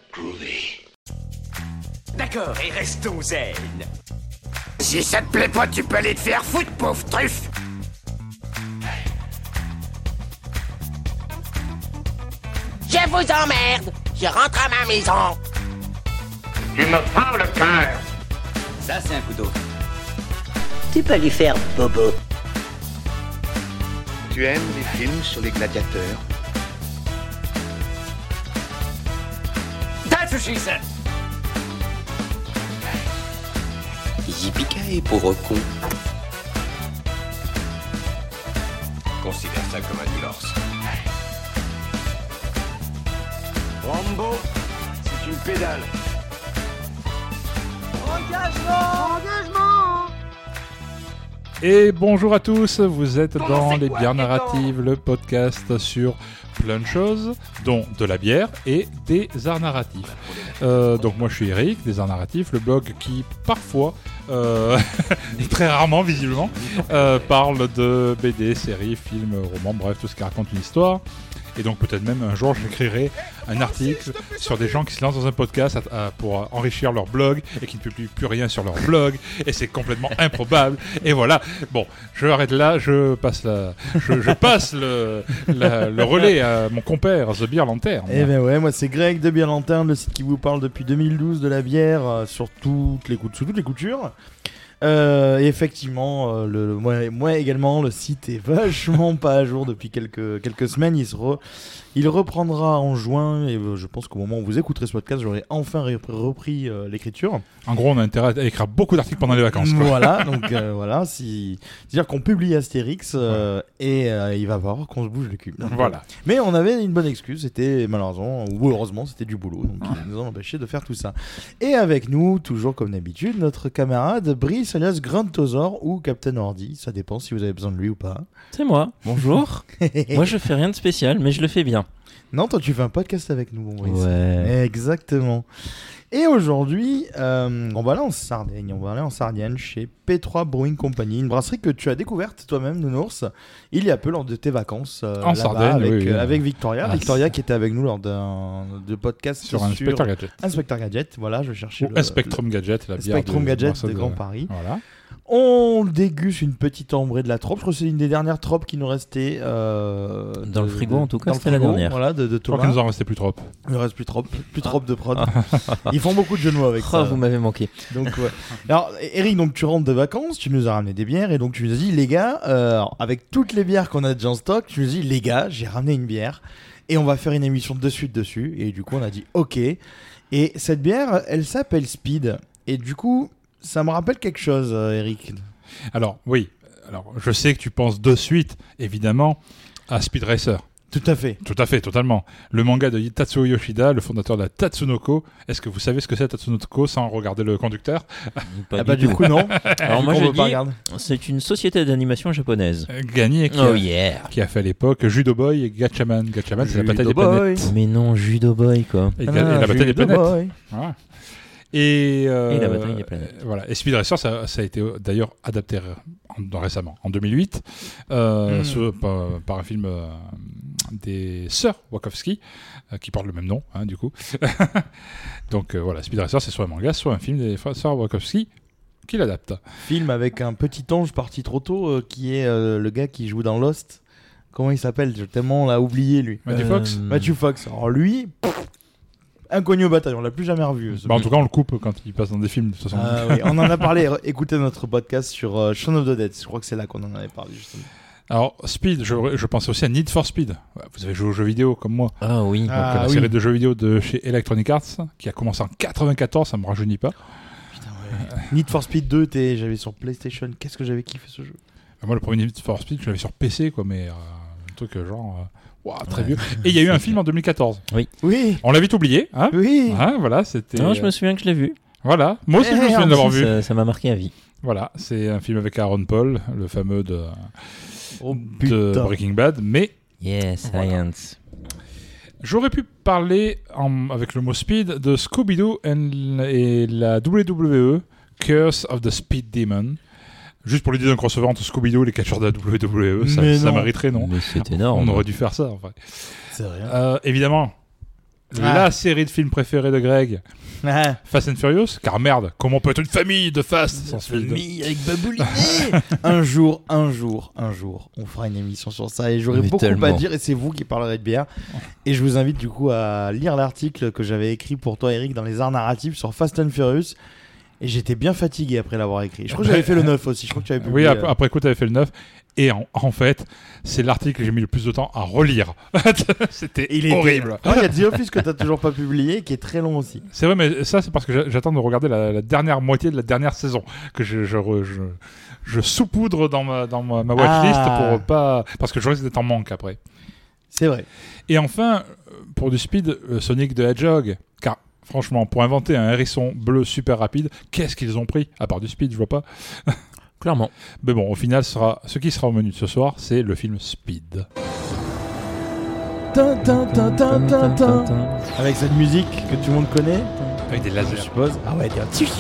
Groovy. D'accord, et restons zen. Si ça te plaît pas, tu peux aller te faire foutre, pauvre truffe. Je vous emmerde. Je rentre à ma maison. Tu me prends le cœur. Ça, c'est un couteau. Tu peux lui faire bobo. Tu aimes les films sur les gladiateurs? That's what she said. Yippee-ki-yay, pauvre con. Considère ça comme un divorce. Rambo, c'est une pédale. Et bonjour à tous, vous êtes dans Les Bières Narratives, le podcast sur plein de choses, dont de la bière et des arts narratifs. Donc moi je suis Eric, des arts narratifs, le blog qui parfois, très rarement visiblement, parle de BD, séries, films, romans, bref, tout ce qui raconte une histoire. Et donc peut-être même un jour j'écrirai un article sur des gens qui se lancent dans un podcast pour enrichir leur blog et qui ne publient plus rien sur leur blog et c'est complètement improbable. Et voilà, bon, je arrête là, je passe le relais à mon compère The Beer Lantern. Eh ben ouais, moi c'est Greg de Beer Lantern, le site qui vous parle depuis 2012 de la bière sous toutes les coutures. Et effectivement, moi également, le site est vachement pas à jour depuis quelques semaines. Il reprendra en juin et je pense qu'au moment où vous écouterez ce podcast, j'aurai enfin repris l'écriture. En gros, on a intérêt à écrire beaucoup d'articles pendant les vacances, quoi. Voilà, donc voilà, c'est-à-dire qu'on publie Astérix et il va falloir qu'on se bouge le cul. Voilà. Mais on avait une bonne excuse, c'était malheureusement ou heureusement, c'était du boulot, donc il nous a empêché de faire tout ça. Et avec nous, toujours comme d'habitude, notre camarade Brice alias Gruntosaur ou Captain Ordi, ça dépend si vous avez besoin de lui ou pas. C'est moi, bonjour. Moi je fais rien de spécial, mais je le fais bien. Non, toi tu fais un podcast avec nous, bon, Brice. Ouais. Exactement. Et aujourd'hui, on va aller en Sardaigne, chez P3 Brewing Company, une brasserie que tu as découverte toi-même, Nounours, il y a peu lors de tes vacances en Sardaigne, avec Victoria. Victoria qui était avec nous lors de podcast sur Inspector Gadget. Inspector Gadget, voilà, je cherchais Spectrum Gadget, la bière Spectrum Gadget de Grand Paris. Voilà. On déguste une petite ambrée de la trope. Je crois que c'est une des dernières tropes qui nous restait dans le frigo, en tout cas, c'était la dernière. Voilà, de Je Thomas. crois qu'il nous en restait plus trop. Il ne reste plus trop de prod. Ils font beaucoup de jeux de mots avec ça. Vous m'avez manqué. Donc, ouais. Alors, Eric, donc, tu rentres de vacances, tu nous as ramené des bières et donc tu nous as dit, les gars, avec toutes les bières qu'on a déjà en stock, tu nous as dit, les gars, j'ai ramené une bière et on va faire une émission de suite dessus. Et du coup, on a dit, ok. Et cette bière, elle s'appelle Speed. Et du coup, ça me rappelle quelque chose, Eric. Alors, oui. Alors, je sais que tu penses de suite, évidemment, à Speed Racer. Tout à fait. Tout à fait, totalement. Le manga de Tatsuo Yoshida, le fondateur de la Tatsunoko. Est-ce que vous savez ce que c'est la Tatsunoko sans regarder le conducteur? Du coup, non. Alors moi, je dis, c'est une société d'animation japonaise. Gagné qui a fait à l'époque Judo Boy et Gatchaman. Gatchaman, c'est la bataille des planètes. Mais non, Judo Boy, quoi. Et la bataille des planètes. Voilà. Et la bataille des planètes. Voilà. Et Speed Racer, ça a été d'ailleurs adapté récemment, en 2008, par un film des sœurs Wachowski, qui porte le même nom, du coup. Donc voilà, Speed Racer, c'est soit un manga, soit un film des sœurs Wachowski qui l'adapte. Film avec un petit ange parti trop tôt, qui est le gars qui joue dans Lost. Comment il s'appelle? Tellement on l'a oublié, lui. Matthew Fox. Alors lui... Inconnu au bataillon, on l'a plus jamais revu. En tout cas, on le coupe quand il passe dans des films. De toute façon. Oui, on en a parlé. Écoutez notre podcast sur Shaun of the Dead. Je crois que c'est là qu'on en avait parlé justement. Alors Speed, je pensais aussi à Need for Speed. Vous avez joué aux jeux vidéo comme moi. Ah oui. Donc, la série de jeux vidéo de chez Electronic Arts qui a commencé en 94, ça me rajeunit pas. Putain, ouais. Need for Speed 2, j'avais sur PlayStation. Qu'est-ce que j'avais kiffé ce jeu. Moi, le premier Need for Speed, je l'avais sur PC, quoi, mais un truc genre. Très vieux. Et il y a eu un film en 2014. Oui. On l'a vite oublié. Hein, oui. Voilà, c'était. Non, je me souviens que je l'ai vu. Voilà. Moi aussi, je me souviens de l'avoir vu. Ça m'a marqué à vie. Voilà, c'est un film avec Aaron Paul, le fameux de Breaking Bad, mais. Yes, science. J'aurais pu parler, avec le mot speed, de Scooby-Doo et la WWE, Curse of the Speed Demon. Juste pour l'idée d'un crossover entre Scooby-Doo et les catcheurs de la WWE, ça mériterait, non? Mais c'est énorme. On aurait dû faire ça, en fait. C'est rien. Évidemment, la série de films préférée de Greg, Ah. Fast and Furious. Car merde, comment peut être une famille de Fast sans suite Famille avec Babouliné. un jour, on fera une émission sur ça et j'aurai Mais beaucoup à tellement. dire et c'est vous qui parlerez de bière. Et je vous invite du coup à lire l'article que j'avais écrit pour toi, Eric, dans les arts narratifs sur Fast and Furious. Et j'étais bien fatigué après l'avoir écrit. Je crois que j'avais fait le 9 aussi. Je crois que tu avais Oui, publié, après coup, t'avais fait le 9. Et en fait, c'est l'article que j'ai mis le plus de temps à relire. C'était Il était horrible. Ah, il y a The Office que t'as toujours pas publié, qui est très long aussi. C'est vrai, mais ça, c'est parce que j'attends de regarder la dernière moitié de la dernière saison. Que je saupoudre dans ma watchlist pour pas. Parce que je risque d'être en manque après. C'est vrai. Et enfin, pour du speed, Sonic the Hedgehog. Car franchement, pour inventer un hérisson bleu super rapide, qu'est-ce qu'ils ont pris? À part du speed, je vois pas. Clairement. Mais bon, au final, ce qui sera au menu de ce soir, c'est le film Speed. Avec cette musique que tout le monde connaît, Avec des je lasers. suppose. Ah ouais,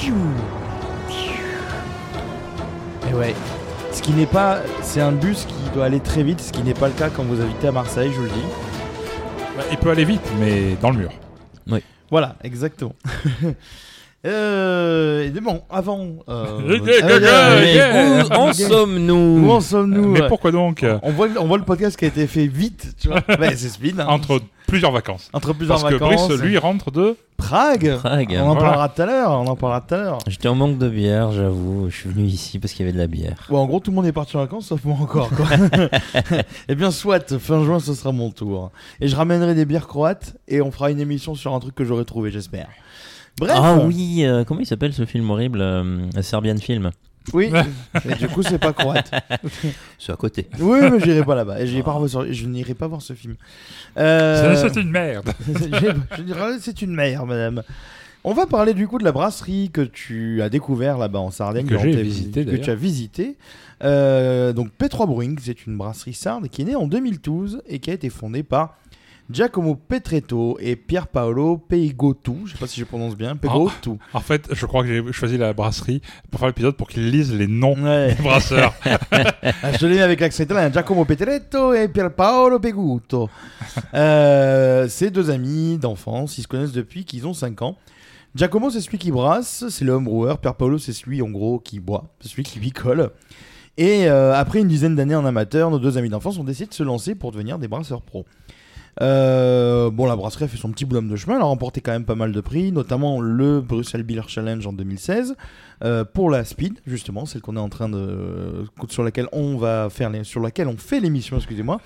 et ouais. Ce qui n'est pas, c'est un bus qui doit aller très vite, ce qui n'est pas le cas quand vous habitez à Marseille, je vous le dis. Il peut aller vite, mais dans le mur. Voilà, exactement. Et bon, avant. Mais où en sommes-nous? Où en sommes-nous Mais pourquoi donc on voit le podcast qui a été fait vite, tu vois. Ouais, c'est speed. Hein. Entre plusieurs vacances. Entre plusieurs Parce vacances. que Brice, lui, rentre de... Prague. Prague. On en Voilà. parlera tout à l'heure. J'étais en manque de bière, j'avoue. Je suis venu ici parce qu'il y avait de la bière. Bon, en gros, tout le monde est parti en vacances, sauf moi encore, quoi. Eh bien, soit, fin juin, ce sera mon tour. Et je ramènerai des bières croates et on fera une émission sur un truc que j'aurai trouvé, j'espère. Bref. Ah oui, comment il s'appelle ce film horrible, Serbian Film? Oui. Et du coup, c'est pas croate. C'est à côté. Oui, mais j'irai pas là-bas. Et je n'irai pas voir ce film. C'est une merde. Je dirais, c'est une merde, madame. On va parler du coup de la brasserie que tu as découvert là-bas en Sardaigne. Que j'ai tu as visité, que d'ailleurs. tu as visité. Donc Petra Brewing, c'est une brasserie sarde qui est née en 2012 et qui a été fondée par Giacomo Petretto et Pier Paolo Peigotu. Je sais pas si je prononce bien. Peigotu. En fait, je crois que j'ai choisi la brasserie pour faire l'épisode pour qu'ils lisent les noms Ouais. des brasseurs. Ah, je l'ai mis avec l'accent italien. Giacomo Petretto et Pier Paolo Peigotu. C'est deux amis d'enfance. Ils se connaissent depuis qu'ils ont 5 ans. Giacomo, c'est celui qui brasse, c'est le homebrewer. Pier Paolo, c'est celui en gros qui boit, c'est celui qui picole. Et après une dizaine d'années en amateur, nos deux amis d'enfance ont décidé de se lancer pour devenir des brasseurs pros. Bon, la brasserie a fait son petit bonhomme de chemin, elle a remporté quand même pas mal de prix, notamment le Bruxelles Beer Challenge en 2016 pour la Speed, justement, celle qu'on est en train de sur laquelle on fait l'émission, excusez-moi.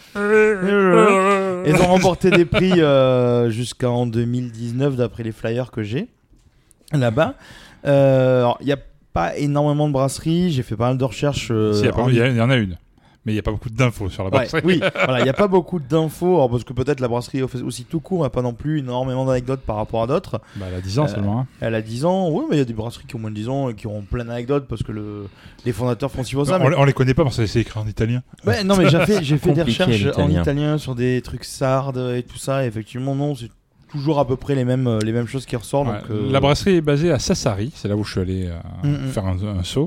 Ils ont remporté des prix jusqu'en 2019 d'après les flyers que j'ai là-bas. Il n'y a pas énormément de brasseries, j'ai fait pas mal de recherches. Si, il y en a une. Mais il n'y a pas beaucoup d'infos sur la brasserie. Oui, voilà, il n'y a pas beaucoup d'infos, alors parce que peut-être la brasserie aussi tout court n'a pas non plus énormément d'anecdotes par rapport à d'autres. Bah, elle a 10 ans seulement. Hein. Elle a 10 ans, oui, mais il y a des brasseries qui ont moins de 10 ans et qui ont plein d'anecdotes parce que les fondateurs font si pour ça. On les connaît pas parce que c'est écrit en italien. Ouais, non, mais j'ai fait des Compliqué, recherches en l'italien. italien sur des trucs sardes et tout ça, et effectivement, non, c'est toujours à peu près les mêmes choses qui ressortent. Ouais, Donc, La brasserie est basée à Sassari, c'est là où je suis allé faire un saut.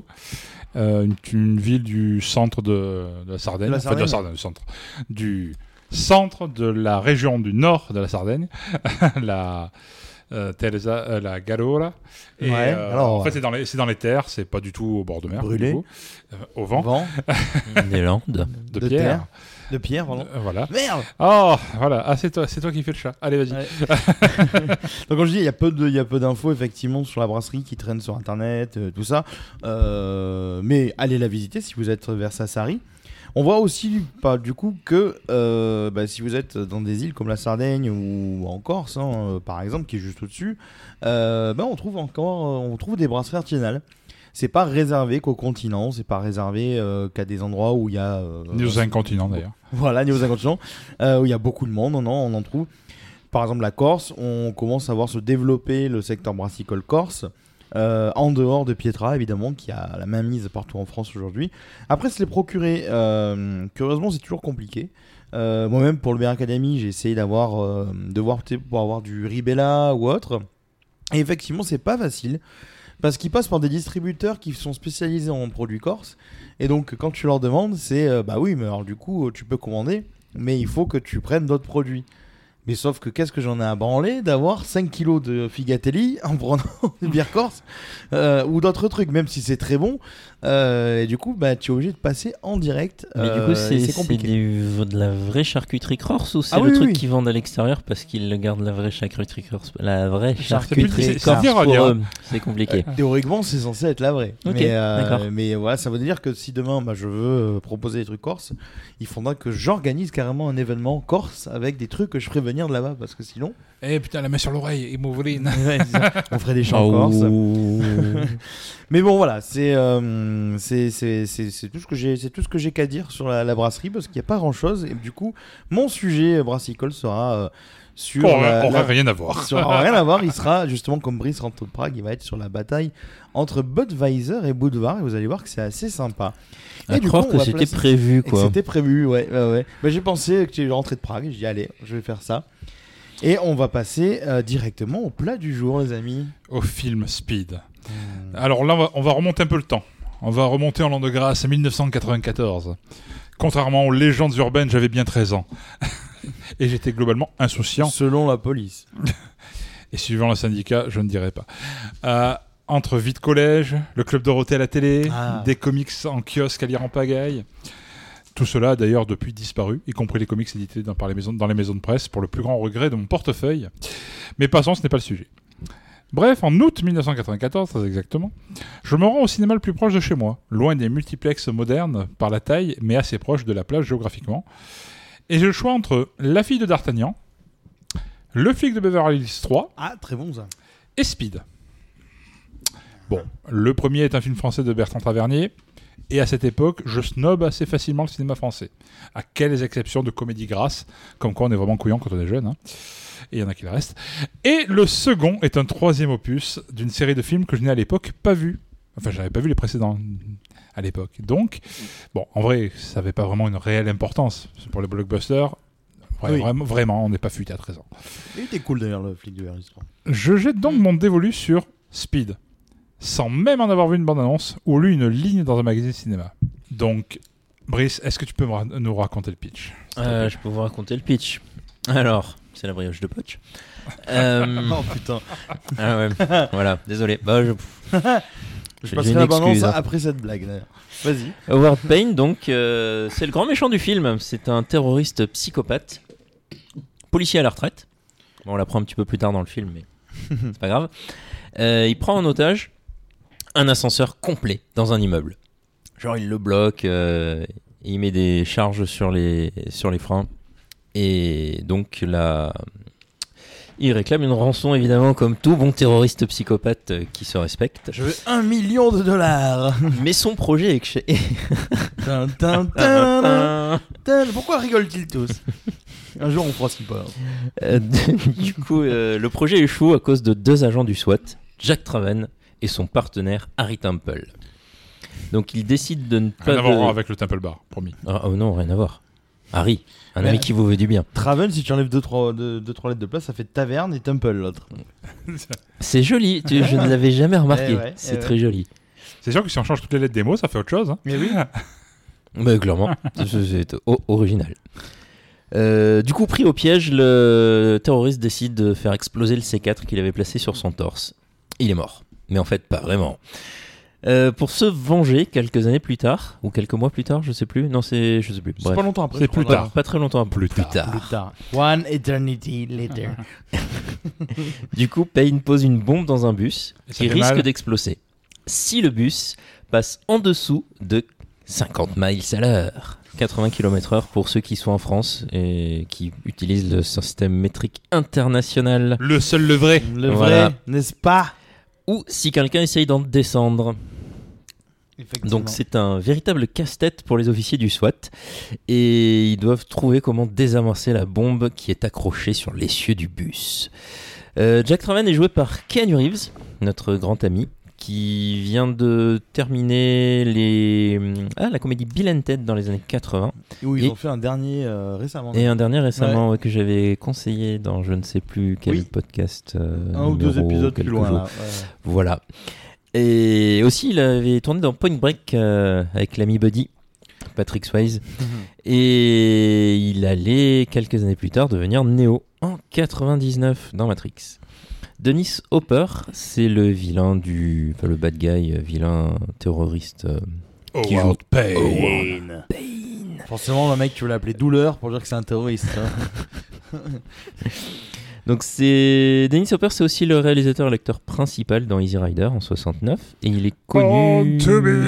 Une ville du centre de la Sardaigne. De la Sardaigne. Du centre de la région du nord de la Sardaigne, la Gallura. Et Ouais, alors, en fait, c'est dans les terres, c'est pas du tout au bord de mer. Brûlé. du coup. Au vent, Des Landes. de de pierre. terre. De pierre, pardon. Voilà. Merde. Oh, voilà. Ah, c'est toi qui fais le chat. Allez, vas-y. Ouais. Donc, quand je dis, il y a peu d'infos effectivement sur la brasserie qui traînent sur internet, tout ça. Mais allez la visiter si vous êtes vers Sassari. On voit aussi, du coup, que si vous êtes dans des îles comme la Sardaigne ou en Corse, par exemple, qui est juste au-dessus, on trouve des brasseries artisanales. C'est pas réservé qu'au continent, c'est pas réservé qu'à des endroits où il y a. Ni aux incontinents d'ailleurs. Voilà, ni aux incontinents, où il y a beaucoup de monde, on en trouve. Par exemple, la Corse, on commence à voir se développer le secteur brassicole corse, en dehors de Pietra, évidemment, qui a la main mise partout en France aujourd'hui. Après, se les procurer, curieusement, c'est toujours compliqué. Moi-même, pour le Beer Academy, j'ai essayé pour avoir du Ribella ou autre. Et effectivement, c'est pas facile. Parce qu'ils passent par des distributeurs qui sont spécialisés en produits corses. Et donc, quand tu leur demandes, c'est oui, mais alors du coup, tu peux commander, mais il faut que tu prennes d'autres produits. Mais sauf que qu'est-ce que j'en ai à branler d'avoir 5 kilos de Figatelli en prenant des bières corse ou d'autres trucs, même si c'est très bon. Et du coup, bah, tu es obligé de passer en direct. Mais du coup, c'est compliqué. de la vraie charcuterie corse ou c'est Ah le oui, truc oui. qu'ils vendent à l'extérieur parce qu'ils gardent la vraie charcuterie corse? La vraie C'est charcuterie dur corse à pour dire. eux, c'est compliqué. Théoriquement, c'est censé être la vraie. Ok, mais, d'accord. mais voilà, ça veut dire que si demain bah, je veux proposer des trucs corse, il faudra que j'organise carrément un événement corse avec des trucs que je ferai venir de là-bas parce que sinon, Eh putain, la main sur l'oreille et m'ouvrir. ouais, c'est ça. On ferait des chants corse. Mais bon, voilà, c'est tout ce que j'ai qu'à dire sur la brasserie parce qu'il n'y a pas grand-chose. Et du coup, mon sujet brassicole sera sur Aurait rien à voir. Ça n'aura rien à voir, il sera justement comme Brice rentre de Prague, il va être sur la bataille entre Budweiser et Budvar et vous allez voir que c'est assez sympa. À du croire coup, on que va c'était placer- prévu, Et que quoi. c'était prévu, ouais. Bah, j'ai pensé que tu es rentré de Prague et j'ai dit allez, je vais faire ça. Et on va passer directement au plat du jour, les amis. Au film Speed. Alors là, on va remonter un peu le temps. On va remonter en l'an de grâce à 1994. Contrairement aux légendes urbaines, j'avais bien 13 ans. Et j'étais globalement insouciant. Selon la police. Et suivant le syndicat, je ne dirais pas. Entre vie de collège, le club Dorothée à la télé, des comics en kiosque à lire en pagaille. Tout cela a d'ailleurs depuis disparu, y compris les comics édités dans les maisons de presse, pour le plus grand regret de mon portefeuille. Mais passons, ce n'est pas le sujet. Bref, en août 1994, très exactement, je me rends au cinéma le plus proche de chez moi, loin des multiplexes modernes par la taille, mais assez proche de la plage géographiquement. Et j'ai le choix entre La fille de D'Artagnan, Le flic de Beverly Hills 3 Ah, très bon ça. et Speed. Bon, le premier est un film français de Bertrand Tavernier, et à cette époque, je snob assez facilement le cinéma français. À quelles exceptions de comédie grasse, comme quoi on est vraiment couillant quand on est jeune, hein. Et il y en a qui le restent. Et le second est un troisième opus d'une série de films que je n'ai à l'époque pas vu. Enfin, je n'avais pas vu les précédents à l'époque. Donc, bon, en vrai, ça n'avait pas vraiment une réelle importance. Pour les blockbusters, Oui. vraiment, on n'est pas futé à 13 ans. Il était cool d'ailleurs, le flic de Beverly Hills 3. Je jette donc mon dévolu sur Speed, sans même en avoir vu une bande-annonce ou lu une ligne dans un magazine cinéma. Donc, Brice, est-ce que tu peux nous raconter le pitch? Je peux vous raconter le pitch. Alors, c'est la brioche de poche. Oh putain. Ah ouais, voilà, désolé. Bah, Je J'ai passerai une la bande-annonce excuse, hein. après cette blague d'ailleurs. Vas-y. Howard Payne, donc, c'est le grand méchant du film. C'est un terroriste psychopathe, policier à la retraite. Bon, on l'apprend un petit peu plus tard dans le film, mais c'est pas grave. Il prend en otage un ascenseur complet dans un immeuble. Genre, il le bloque, il met des charges sur les freins. Et donc, là, il réclame une rançon, évidemment, comme tout bon terroriste psychopathe qui se respecte. Je veux $1 million. Mais son projet est... Tin, tin, tin, tin. Pourquoi rigolent-ils tous? Un jour on fera ce qu'il peut. Du coup, le projet échoue à cause de deux agents du SWAT, Jack Traven et son partenaire Harry Temple. Donc il décide de ne pas... Rien à voir avec le Temple Bar, promis. Oh non, rien à voir. Harry, un ami qui vous veut du bien. Traven, si tu enlèves 2-3 lettres de place, ça fait taverne et temple l'autre. C'est joli, je ne l'avais jamais remarqué. Ouais, c'est très joli. C'est sûr que si on change toutes les lettres des mots, ça fait autre chose. Hein. Mais oui. Mais clairement, c'est original. Du coup, pris au piège, le terroriste décide de faire exploser le C4 qu'il avait placé sur son torse. Il est mort. Mais en fait, pas vraiment. Pour se venger, quelques années plus tard, ou quelques mois plus tard, je sais plus. Non, je sais plus. C'est Bref. pas longtemps après. C'est je crois. plus tard. Pas très longtemps Plus tard. Plus tard. One eternity later. Du coup, Payne pose une bombe dans un bus Et ça qui fait risque mal. d'exploser. Si le bus passe en dessous de 50 miles à l'heure, 80 km/h pour ceux qui sont en France et qui utilisent le système métrique international, Le seul, le vrai. Le Voilà. vrai, n'est-ce pas? ou si quelqu'un essaye d'en descendre. Effectivement. Donc c'est un véritable casse-tête pour les officiers du SWAT et ils doivent trouver comment désamorcer la bombe qui est accrochée sur l'essieu du bus. Jack Traven est joué par Keanu Reeves, notre grand ami, qui vient de terminer la comédie Bill and Ted dans les années 80 Où ils Et- ont fait un dernier récemment. et un dernier récemment que j'avais conseillé dans je ne sais plus quel Oui. podcast. Un ou deux numéro épisodes plus quelque loin chose. là. Ouais. Voilà. Et aussi, il avait tourné dans Point Break avec l'ami Buddy Patrick Swayze. Et il allait, quelques années plus tard, devenir Neo en 99 dans Matrix. Dennis Hopper, c'est le vilain le bad guy, vilain terroriste qui joue Payne. Forcément, le mec, tu veux l'appeler Douleur pour dire que c'est un terroriste. Hein. Donc Dennis Hopper, c'est aussi le réalisateur et l'acteur principal dans Easy Rider en 69 et il est connu.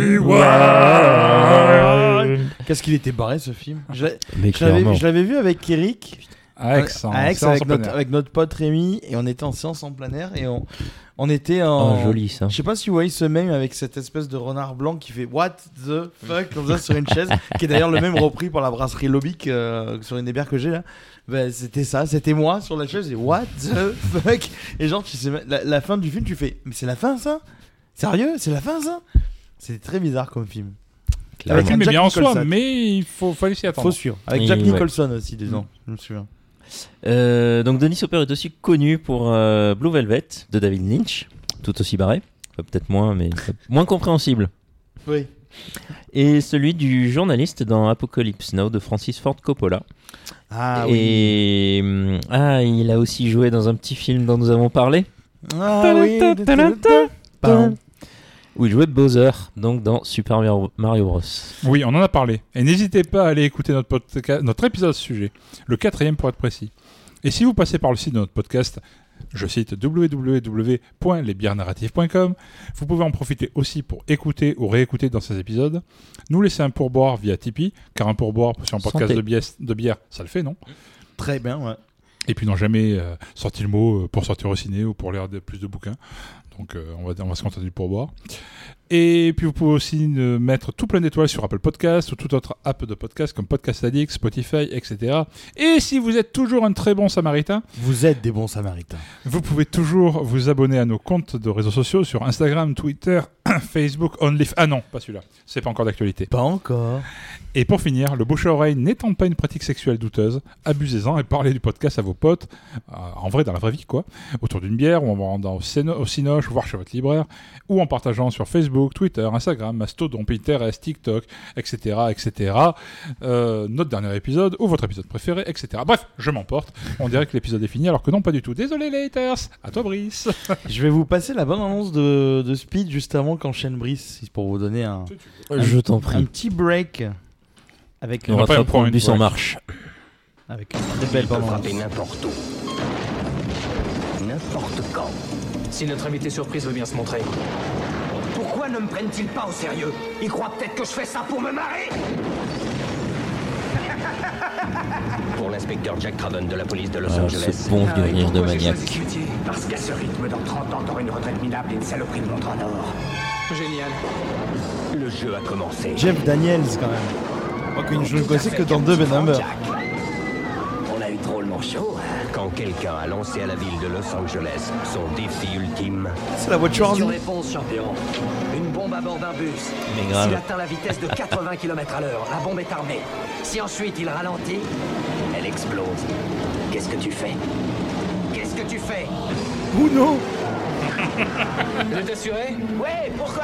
Qu'est-ce qu'il était barré ce film. Je clairement. l'avais vu avec Eric à Aix, avec notre pote Rémi et on était en séance en plein air et on était en. Oh, joli ça. Je sais pas si vous voyez ce mème avec cette espèce de renard blanc qui fait What the fuck comme ça sur une chaise, qui est d'ailleurs le même repris par la brasserie Lobic sur une des bières que j'ai là. Ben, c'était ça, c'était moi sur la chaise et What the fuck. Et genre, tu sais, la fin du film, tu fais mais c'est la fin ça? Sérieux? C'est la fin ça? C'était très bizarre comme film. Le film est bien en soi, mais il fallait s'y attendre. Faut sûr. Avec Jack Nicholson aussi, disons. Je me souviens. Donc Dennis Hopper est aussi connu pour Blue Velvet de David Lynch, tout aussi barré, enfin, peut-être moins, mais moins compréhensible. Oui. Et celui du journaliste dans Apocalypse Now de Francis Ford Coppola. Ah et oui. Il a aussi joué dans un petit film dont nous avons parlé. Ah oui. Où il jouait Bowser, donc dans Super Mario Bros. Oui, on en a parlé. Et n'hésitez pas à aller écouter notre épisode à ce sujet, le 4e pour être précis. Et si vous passez par le site de notre podcast, je cite www.lesbièresnarratives.com, vous pouvez en profiter aussi pour écouter ou réécouter dans ces épisodes, nous laisser un pourboire via Tipeee, car un pourboire sur un podcast de bière, ça le fait, non? Très bien, ouais. Et puis n'ont jamais sorti le mot pour sortir au ciné ou pour lire plus de bouquins. Donc on va se contenter du pourboire. Et puis vous pouvez aussi mettre tout plein d'étoiles sur Apple Podcasts ou toute autre app de podcast comme Podcast Addict, Spotify, etc. Et si vous êtes toujours un très bon samaritain, vous êtes des bons samaritains. Vous pouvez toujours vous abonner à nos comptes de réseaux sociaux sur Instagram, Twitter, Facebook, OnlyFans. Ah non, pas celui-là. C'est pas encore d'actualité. Pas encore. Et pour finir, le bouche à oreille n'étant pas une pratique sexuelle douteuse, abusez-en et parlez du podcast à vos potes, en vrai, dans la vraie vie, quoi, autour d'une bière, ou en vendant au Cinoche, voire chez votre libraire, ou en partageant sur Facebook, Twitter, Instagram, Mastodon, Pinterest, TikTok, etc., etc. Notre dernier épisode, ou votre épisode préféré, etc. Bref, je m'emporte. On dirait que l'épisode est fini, alors que non, pas du tout. Désolé, les haters. À toi, Brice. Je vais vous passer la bonne annonce de Speed juste avant qu'enchaîne Brice, pour vous donner Je t'en prie. Un petit break. Avec on rattrape le bus en marche. Avec une très belle bande. Frapper n'importe où. N'importe quand. Si notre invité surprise veut bien se montrer. Pourquoi ne me prennent-ils pas au sérieux? Ils croient peut-être que je fais ça pour me marrer. Pour l'inspecteur Jack Craven de la police de Los Angeles. Ce bon vieux rire de maniaque. Parce qu'à ce rythme, dans 30 ans, t'auras une retraite minable et une saloperie de montre en or. Génial. Le jeu a commencé. Jeff Daniels, quand même. Moi, je ne connaissais que dans Dumb and Dumber. On a eu drôlement chaud, hein. Quand quelqu'un a lancé à la ville de Los Angeles son défi ultime. C'est la voiture Question réponse, champion. Une bombe à bord d'un bus. Mais grave. S'il atteint la vitesse de 80 km/h, la bombe est armée. Si ensuite il ralentit, elle explose. Qu'est-ce que tu fais? Qu'est-ce que tu fais? Ou non? Vous êtes assuré? Ouais, pourquoi?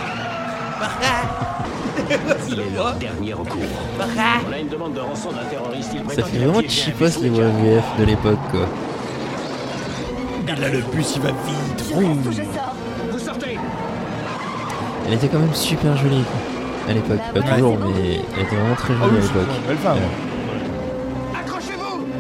Il est leur dernier recours. On a une demande de rançon d'un terroriste. Ça fait vraiment cheapos les voix VF de l'époque, quoi. Et là, le bus, il va vite. Vous sortez. Elle était quand même super jolie, quoi, à l'époque. Pas toujours, mais elle était vraiment très jolie à l'époque. Belle femme. Accrochez-vous.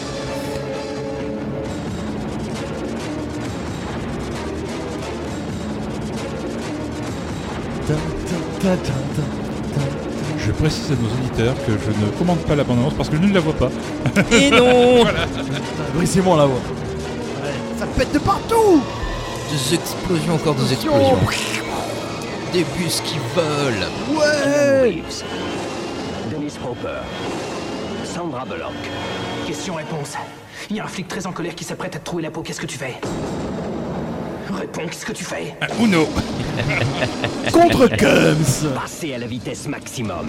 Je précise à nos auditeurs que je ne commande pas la bande-annonce parce que je ne la vois pas. Et non. Voilà. Brice et moi, on la voit. Ça pète de partout. Des explosions, encore des explosions. Des bus qui volent. Ouais. Dennis Hopper. Sandra Bullock. Question-réponse. Il y a un flic très en colère qui s'apprête à te trouer la peau. Qu'est-ce que tu fais? Réponds, qu'est-ce que tu fais? Uno. Contre Cums. Passez à la vitesse maximum.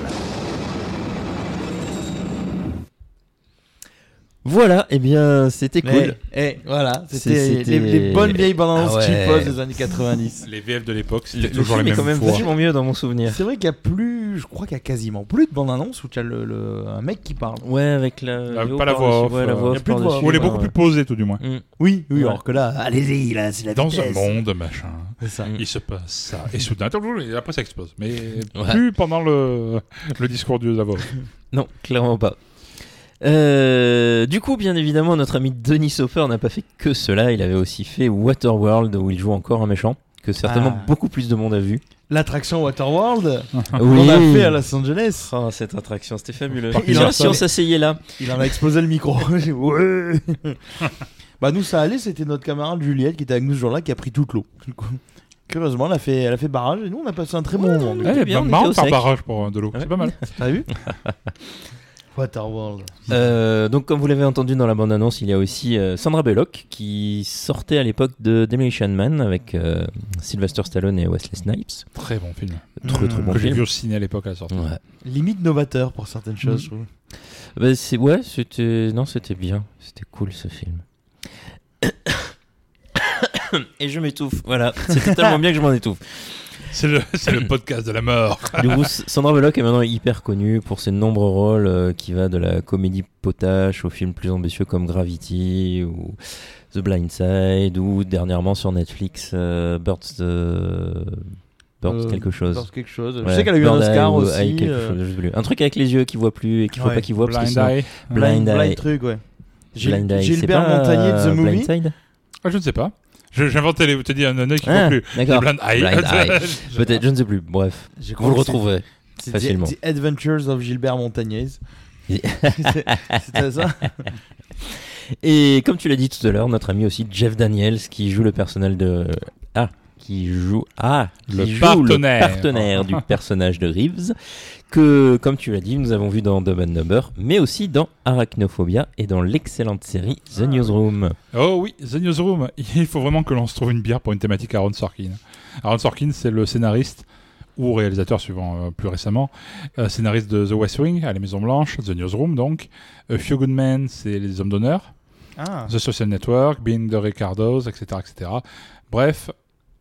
Voilà, et bien c'était cool. Voilà, c'était les bonnes vieilles bandes annonces cheapos des années 90. Les VF de l'époque, Le c'était toujours les film est mêmes quand même voix. vachement mieux dans mon souvenir. C'est vrai qu'il y a plus je crois qu'il y a quasiment plus de bande-annonce où tu as un mec qui parle. Ouais, avec la pas la voix off, ouais, la voix y a off plus de par-dessus, voix. Ou elle est ouais, beaucoup ouais. plus posée, tout du moins. Oui, Ouais. alors que là, allez-y, là, c'est la Dans vitesse. un monde, machin. C'est ça. Il se passe ça. Et soudain, et après ça explose. Mais Ouais. plus pendant le discours de la voix off. Non, clairement pas. Du coup, bien évidemment, notre ami Denis Hopper n'a pas fait que cela. Il avait aussi fait Waterworld, où il joue encore un méchant, que certainement beaucoup plus de monde a vu. L'attraction Waterworld Oui. qu'on a fait à Los Angeles. Oh, cette attraction, c'était fabuleux. Par Tiens, contre, si on s'asseyait là. Il en a explosé le micro. Ouais. Bah nous ça allait, c'était notre camarade Juliette qui était avec nous ce jour-là qui a pris toute l'eau. Curieusement, elle a fait barrage et nous on a passé un très bon moment. on Elle est bien, on marrant était au par sec. barrage pour de l'eau. Ouais. C'est pas mal. T'as vu Waterworld. Donc, comme vous l'avez entendu dans la bande-annonce, il y a aussi Sandra Bullock qui sortait à l'époque de Demolition Man avec Sylvester Stallone et Wesley Snipes. Très bon film. Très bon Que j'ai film. vu au ciné à l'époque à la sortie. Ouais. Limite novateur pour certaines choses, je trouve. Bah, c'était bien, c'était cool ce film. Et je m'étouffe, voilà, c'était tellement bien que je m'en étouffe. C'est le podcast de la mort. Du coup, Sandra Bullock est maintenant hyper connue pour ses nombreux rôles qui va de la comédie potache aux films plus ambitieux comme Gravity ou The Blind Side ou dernièrement sur Netflix Birds quelque chose. Birds quelque chose. Ouais, Je sais qu'elle a eu un Bird Eye Oscar ou aussi. Eye quelque chose, je sais plus. Un truc avec les yeux qui voient plus et qu'il faut Ouais. pas qu'ils voient parce que Blind sinon- Eye. Blind Eye. truc, ouais. Blind Eye, c'est Gilbert pas Montagnier de The Movie. Blindside Ah, je ne sais pas. J'inventais te dis un œil qui ne Ah, voit plus. d'accord. Blind Eye. Blind Eye. Peut-être, je ne sais plus. Bref, Je crois vous le que c'est- retrouverez. C'est facilement. The Adventures of Gilbert Montagnier. C'était ça. Et comme tu l'as dit tout à l'heure, notre ami aussi Jeff Daniels qui joue le personnage de le partenaire du personnage de Reeves que, comme tu l'as dit, nous avons vu dans Dumb and Dumber, mais aussi dans Arachnophobia et dans l'excellente série The Newsroom. Oh oui, The Newsroom. Il faut vraiment que l'on se trouve une bière pour une thématique Aaron Sorkin. Aaron Sorkin, c'est le scénariste ou réalisateur, suivant plus récemment, scénariste de The West Wing, à la Maison Blanche, The Newsroom donc. A Few Good Men, c'est Les Hommes d'honneur. Ah. The Social Network, Being the Ricardos, etc. etc. Bref,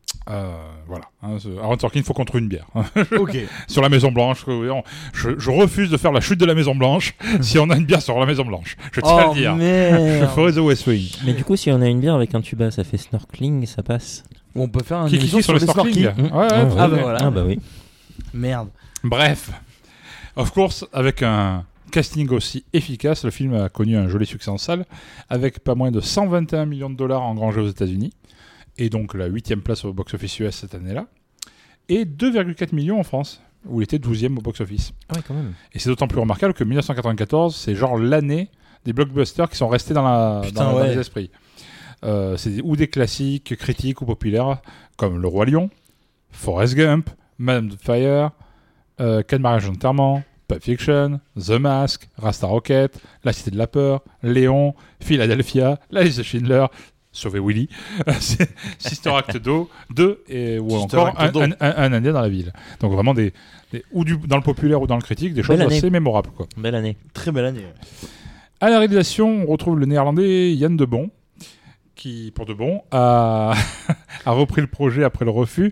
voilà. Aaron Sorkin, il faut qu'on trouve une bière. Ok. Sur la Maison Blanche. Je refuse de faire la chute de la Maison Blanche si on a une bière sur la Maison Blanche. Je tiens à le dire. Je merde. ferai The West Wing. Mais du coup, si on a une bière avec un tuba, ça fait snorkeling, ça passe. On peut faire un Qui émission sur le snorkeling. snorkeling. Ouais, Ah, très bah bien. voilà. Ah bah oui. Merde. Bref, of course, avec un casting aussi efficace, le film a connu un joli succès en salle, avec pas moins de 121 millions de dollars engrangés aux États-Unis, et donc la 8e place au box-office US cette année-là, et 2,4 millions en France, où il était 12e au box-office. Ah ouais, quand même. Et c'est d'autant plus remarquable que 1994, c'est genre l'année des blockbusters qui sont restés dans ouais. les esprits. C'est ou des classiques critiques ou populaires, comme Le Roi Lion, Forrest Gump, Madame Doubtfire, Quatre mariages d'enterrement, Pulp Fiction, The Mask, Rasta Rocket, La Cité de la Peur, Léon, Philadelphia, La Liste de Schindler, Sauver Willy, Sister Act 2 et, ou Sister encore Act 2. un Indien dans la ville. Donc vraiment dans le populaire ou dans le critique, des choses Belle année. assez mémorables, quoi. Belle année. Très belle année. À la réalisation, on retrouve le néerlandais Yann de Bon, qui, pour de bon, a repris le projet après le refus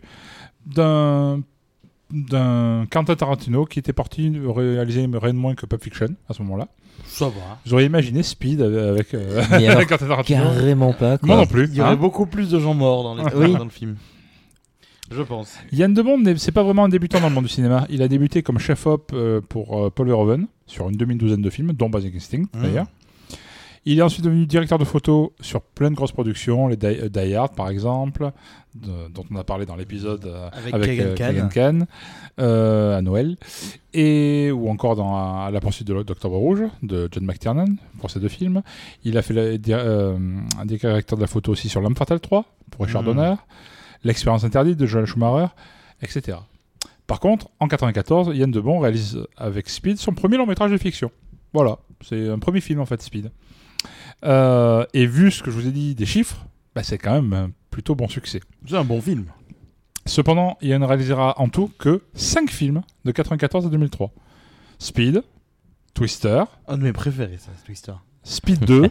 d'un Quentin Tarantino qui était parti réaliser rien de moins que Pulp Fiction à ce moment-là. Ça va. Vous auriez imaginé Speed avec Mais alors, Quentin Tarantino? carrément pas. Quoi. Moi non plus. Il y aurait hein. beaucoup plus de gens morts dans, Oui. dans le film. Je pense. Yann de Bon, c'est pas vraiment un débutant dans le monde du cinéma. Il a débuté comme chef-op pour Paul Verhoeven sur une demi-douzaine de films, dont Basic Instinct d'ailleurs. Il est ensuite devenu directeur de photo sur plein de grosses productions, les Die Hard par exemple, dont on a parlé dans l'épisode avec Kagan Khan à Noël, ou encore dans La poursuite de d'Octobre Rouge de John McTiernan pour ces deux films. Il a fait un des directeurs de la photo aussi sur L'Homme Fatale 3 pour Richard Donner, L'Expérience interdite de Joel Schumacher, etc. Par contre, en 1994, Yann de Bon réalise avec Speed son premier long métrage de fiction. Voilà, c'est un premier film en fait, Speed. Et vu ce que je vous ai dit des chiffres, c'est quand même un plutôt bon succès. C'est un bon film. Cependant, il ne réalisera en tout que 5 films de 1994 à 2003. Speed, Twister, Un de mes préférés, ça, cette histoire. Speed 2,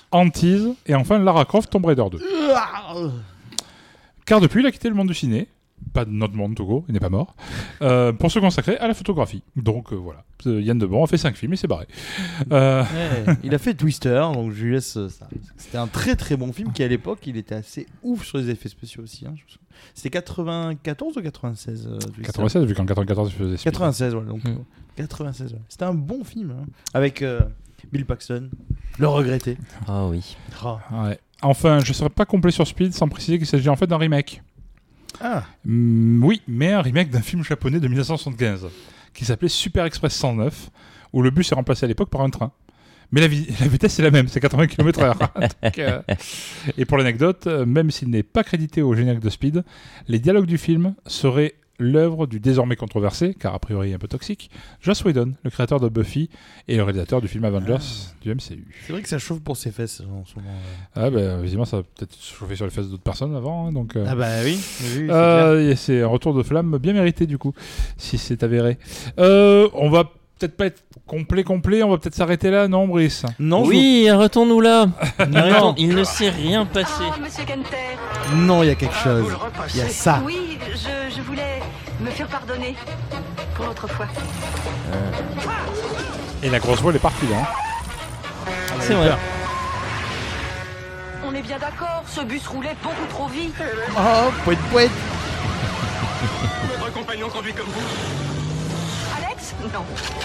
Antise et enfin Lara Croft Tomb Raider 2. Car depuis, il a quitté le monde du ciné pas de notre monde Togo, il n'est pas mort, pour se consacrer à la photographie. Donc voilà, Yann Debon a fait 5 films et c'est barré. Il a fait Twister, donc je lui laisse ça. C'était un très très bon film qui à l'époque il était assez ouf sur les effets spéciaux aussi. C'était 94 ou 96 Twister 96, vu qu'en 94 il faisait Speed. 96, ouais. Donc 96, ouais. C'était un bon film avec Bill Paxton, le regretté. Ah oui. Ouais. Enfin, je ne serai pas complet sur Speed sans préciser qu'il s'agit en fait d'un remake. Ah. Oui, mais un remake d'un film japonais de 1975 qui s'appelait Super Express 109, où le bus est remplacé à l'époque par un train. Mais la vitesse est la même, c'est 80 km/h. Et pour l'anecdote, même s'il n'est pas crédité au générique de Speed, les dialogues du film seraient l'œuvre du désormais controversé, car a priori un peu toxique, Joss Whedon, le créateur de Buffy et le réalisateur du film Avengers du MCU. C'est vrai que ça chauffe pour ses fesses en ce moment. Ah bah visiblement ça a peut-être chauffé sur les fesses d'autres personnes avant, donc. Ah bah oui. C'est un retour de flamme bien mérité du coup, si c'est avéré. On va peut-être pas être complet, on va peut-être s'arrêter là, non Brice? Non. Oui, arrêtons-nous là. Il ne s'est rien passé. Oh, monsieur Gunther. Non, il y a quelque chose. Il y a ça. Oui, je voulais me faire pardonner pour l'autre fois. Et la grosse voile est partie là. C'est vrai. On est bien d'accord, ce bus roulait beaucoup trop vite. Oh, poète. Votre compagnon conduit comme vous. Alex? Non.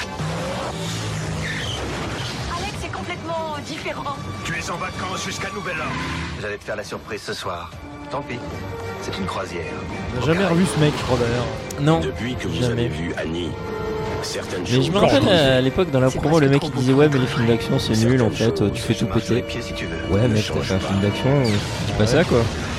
Alex est complètement différent. Tu es en vacances jusqu'à nouvel ordre. J'allais te faire la surprise ce soir. Tant pis. C'est une croisière. On n'a jamais revu ce mec, je crois d'ailleurs. Non. Depuis que vous Jamais. avez vu Annie, certaines Mais choses... je me rappelle à l'époque dans la promo, le mec il disait ouais mais les films d'action c'est nul en fait, tu fais tout péter. Pieds, si tu veux. Ouais Ne mec t'as change fait un pas. film d'action, dis pas ça quoi.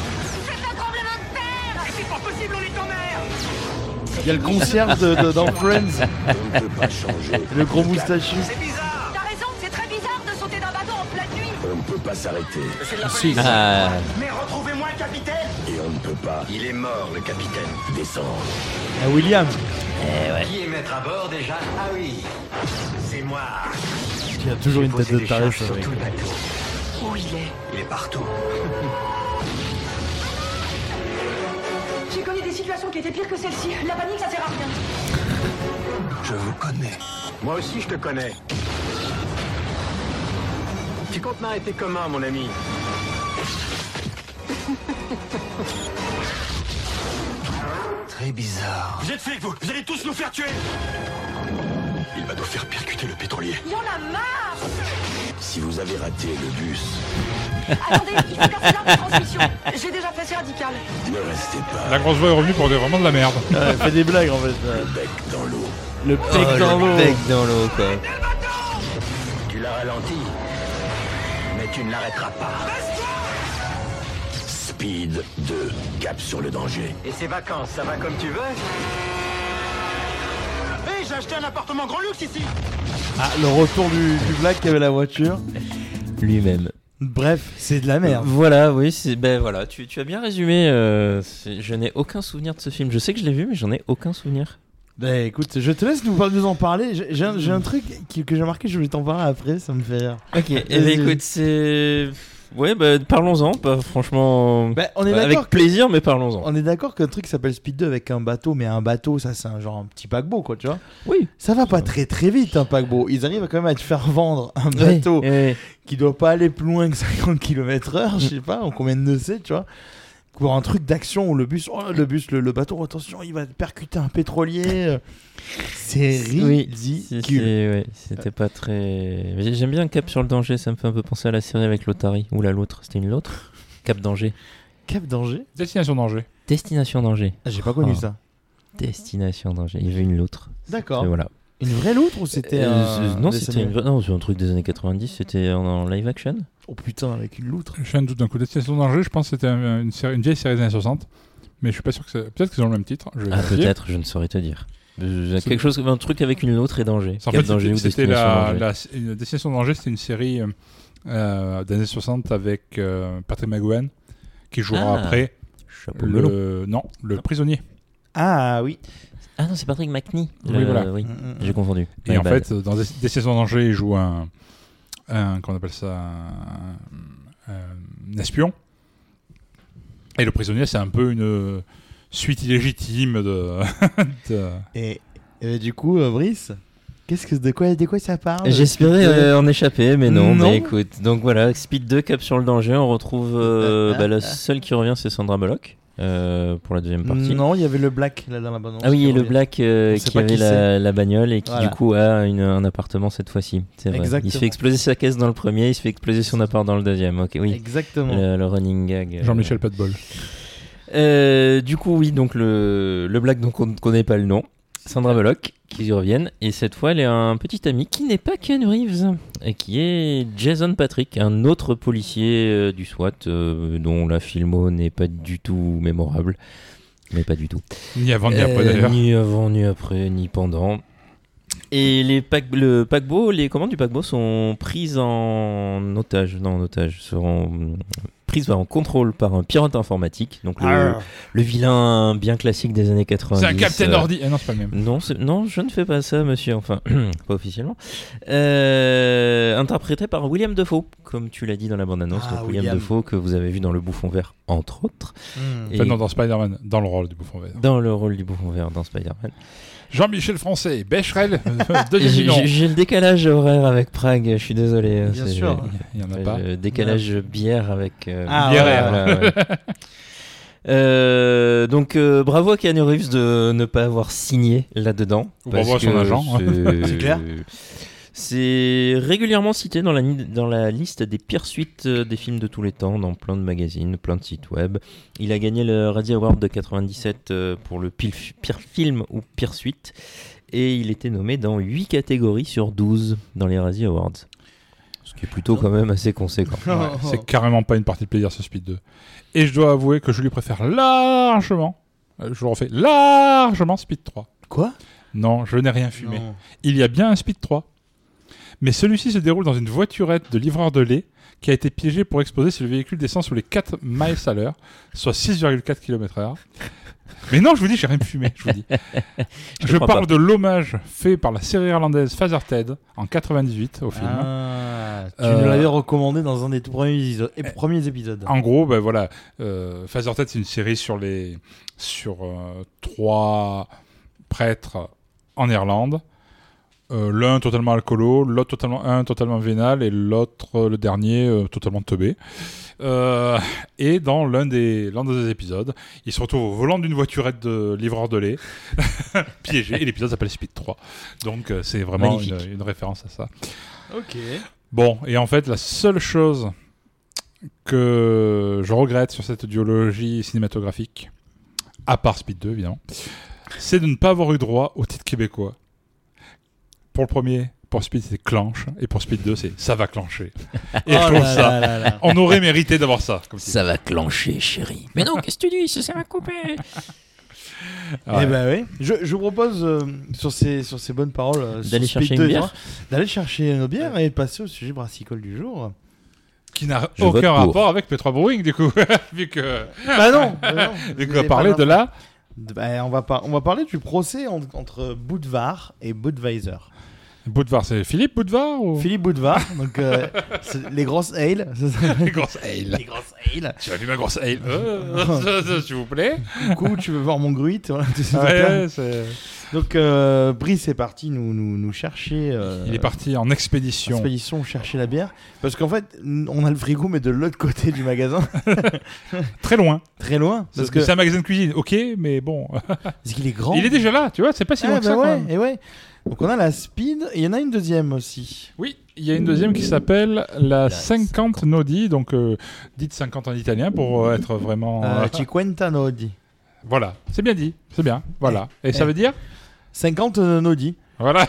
C'est pas possible, on est en mer. Il y a le concierge dans Friends, On ne peut pas changer. le gros moustachu. C'est bizarre. T'as raison, c'est très bizarre de sauter d'un bateau en pleine nuit. On ne peut pas s'arrêter. Ah, Mais retrouvez-moi le capitaine. Et on ne peut pas. Il est mort, le capitaine. Descendre. À William. Qui est maître à bord déjà? Ah oui. C'est moi. Il a toujours une tête de taré, sur ça. tout le bateau. Où il est? Il est partout. J'ai connu des situations qui étaient pires que celle-ci. La panique, ça sert à rien. Je vous connais. Moi aussi, je te connais. Tu comptes m'arrêter comment, mon ami? Très bizarre. Vous êtes flics, vous allez tous nous faire tuer. Il va nous faire percuter le pétrolier. Il y en a marre. Si vous avez raté le bus, Attendez, il faut casser l'arbre de transmission. J'ai déjà fait, c'est radical. ne restez pas La grosse voix est revenue pour dire vraiment de la merde. Il fait des blagues en fait. le bec dans l'eau. Le bec dans l'eau. le bec dans l'eau quoi. Tu l'as ralenti, mais tu ne l'arrêteras pas. Speed 2, cap sur le danger. Et ces vacances, ça va comme tu veux? Hé, j'ai acheté un appartement grand luxe ici. Ah, le retour du black qui avait la voiture. Lui-même. Bref, c'est de la merde. Voilà, oui, ben voilà, tu as bien résumé. Je n'ai aucun souvenir de ce film. Je sais que je l'ai vu, mais j'en ai aucun souvenir. Bah écoute, je te laisse nous en parler. J'ai un truc que j'ai remarqué, je voulais t'en parler après, ça me fait rire. Ok, et ben écoute, c'est. Ouais, bah parlons-en, pas franchement. Bah, on est avec d'accord plaisir, mais parlons-en. On est d'accord qu'un truc s'appelle Speed 2 avec un bateau, mais un bateau, ça c'est un genre un petit paquebot quoi, tu vois. Oui. Ça va pas très très vite un paquebot. Ils arrivent quand même à te faire vendre un bateau qui doit pas aller plus loin que 50 km/h, je sais pas, en combien de nœuds, tu vois. Pour un truc d'action où le bateau, attention, il va percuter un pétrolier. C'est ridicule. Ouais, c'était pas très. Mais j'aime bien Cap sur le danger, ça me fait un peu penser à la série avec l'Otari. Ou l'autre, c'était une l'autre Cap Danger. Cap Danger. Destination Danger. Destination Danger. Ah, j'ai pas connu ça. Destination Danger. Il y avait une loutre. D'accord. Et voilà. Une vraie loutre ou c'était non, c'était une vraie... non, c'est un truc des années 90, c'était en live action. Oh putain, avec une loutre. Je fais un doute d'un coup. Destination Danger, je pense que c'était une vieille série des années 60. Mais je suis pas sûr que c'est. Peut-être qu'ils ont le même titre. Je vais vérifier. Peut-être, je ne saurais te dire. Quelque chose, un truc avec une loutre et danger. En Cap fait, Danger ou c'était Destination Destination Danger, c'était une série des années 60 avec Patrick McGowan qui jouera après le prisonnier. Ah oui. Ah non, c'est Patrick McNee. Oui, voilà. Oui, j'ai confondu. Et en fait, dans Destination Danger, il joue un qu'on appelle ça un espion. Et le prisonnier, c'est un peu suite illégitime de... Et du coup, Brice, de quoi ça parle? J'espérais en échapper, mais non. Non. Mais écoute, donc voilà, Speed 2, Cap sur le danger. On retrouve la seule qui revient, c'est Sandra Bullock pour la deuxième partie. Non, il y avait le Black là dans la bande. Ah oui, et le Black qui pas avait qui c'est. la bagnole et qui Voilà. du coup a un appartement cette fois-ci. C'est vrai. Exactement. Il se fait exploser sa caisse dans le premier, il se fait exploser son appart dans le deuxième. Ok, oui. Exactement. Le running gag. Jean-Michel Patbol. Du coup, oui, donc le Black, donc on ne connaît pas le nom. Sandra Bullock qui reviennent, et cette fois elle est un petit ami qui n'est pas Keanu Reeves et qui est Jason Patrick, un autre policier du SWAT dont la filmo n'est pas du tout mémorable, mais pas du tout. Ni avant ni après d'ailleurs. Ni avant, ni après, ni pendant. Et les commandes du paquebot sont prises en otage, seront prises en contrôle par un pirate informatique, donc le vilain bien classique des années 90. C'est un Captain Ordi. Non, c'est pas le même. Non, je ne fais pas ça, monsieur, enfin, pas officiellement. Interprété par William Dafoe, comme tu l'as dit dans la bande-annonce. Donc William Dafoe, que vous avez vu dans Le Bouffon Vert, entre autres. Et... Enfin, non, dans Spider-Man, dans le rôle du Bouffon Vert. Dans le rôle du Bouffon Vert, dans Spider-Man. Jean-Michel Français, Becherel, deuxième nom. J'ai le décalage horaire avec Prague, je suis désolé. Bien sûr. Il n'y en a pas. Le décalage bière avec... bière. Ouais. Donc bravo à Keanu Reeves de ne pas avoir signé là-dedans. Bravo à son agent. C'est clair. C'est régulièrement cité dans la liste des pires suites des films de tous les temps, dans plein de magazines, plein de sites web. Il a gagné le Razzie Award de 97 pour le pire film ou pire suite. Et il était nommé dans 8 catégories sur 12 dans les Razzie Awards. Ce qui est plutôt quand même assez conséquent. Ouais, c'est carrément pas une partie de plaisir ce Speed 2. Et je dois avouer que je lui préfère largement, je le refais, largement Speed 3. Quoi? Non, je n'ai rien fumé. Non. Il y a bien un Speed 3. Mais celui-ci se déroule dans une voiturette de livreur de lait qui a été piégée pour exploser si le véhicule descend sous les 4 miles à l'heure, soit 6,4 km/h. Mais non, je vous dis, j'ai rien fumé, je vous dis. Je parle de l'hommage fait par la série irlandaise Father Ted en 98 au film. Tu nous l'avais recommandé dans un des tout premiers épisodes. En gros, ben voilà, Father Ted, c'est une série sur 3 prêtres en Irlande. L'un totalement alcoolo, l'autre totalement vénal et l'autre, le dernier, totalement teubé. Et dans l'un des épisodes, il se retrouve au volant d'une voiturette de livreur de lait, piégé, et l'épisode s'appelle Speed 3. Donc c'est vraiment une référence à ça. Ok. Bon, et en fait, la seule chose que je regrette sur cette duologie cinématographique, à part Speed 2 évidemment, c'est de ne pas avoir eu droit au titre québécois. Pour le premier, pour Speed, c'est clenche. Et pour Speed 2, c'est ça va clencher. Et je trouve ça. On aurait mérité d'avoir ça. Ça va clencher, chérie. Mais non, qu'est-ce que tu dis? Ça va couper. Ouais. Eh ben oui. Je vous propose, sur ces bonnes paroles, d'aller sur chercher Speed 2, une bière. D'aller chercher nos bières et de passer au sujet brassicole du jour. Qui n'a aucun rapport avec Petra Brewing, du coup. Vu que. Bah non. Vu qu'on va parler de là. On va parler du procès entre Budvar et Budweiser. Budvar, c'est Philippe Budvar ou... Philippe Budvar, donc les grosses ale. Les grosses ale. Les grosses ale. Tu as vu ma grosse ale s'il vous plaît. Du coup, tu veux voir mon gruit. Ouais, c'est... Donc, Brice est parti nous chercher. Il est parti en expédition. Chercher la bière. Parce qu'en fait, on a le frigo, mais de l'autre côté du magasin. Très loin. Très loin. Parce que c'est un magasin de cuisine, ok, mais bon. Parce qu'il est grand. Il est déjà là, tu vois, c'est pas si loin que ça. Ouais, et ouais. Donc on a la Speed et il y en a une deuxième aussi. Oui, il y a une deuxième qui s'appelle la 50 Nodi, donc dite 50 en italien pour être vraiment... 50 Nodi. Voilà, c'est bien dit, c'est bien, voilà. Et ça veut dire 50 Nodi. Voilà.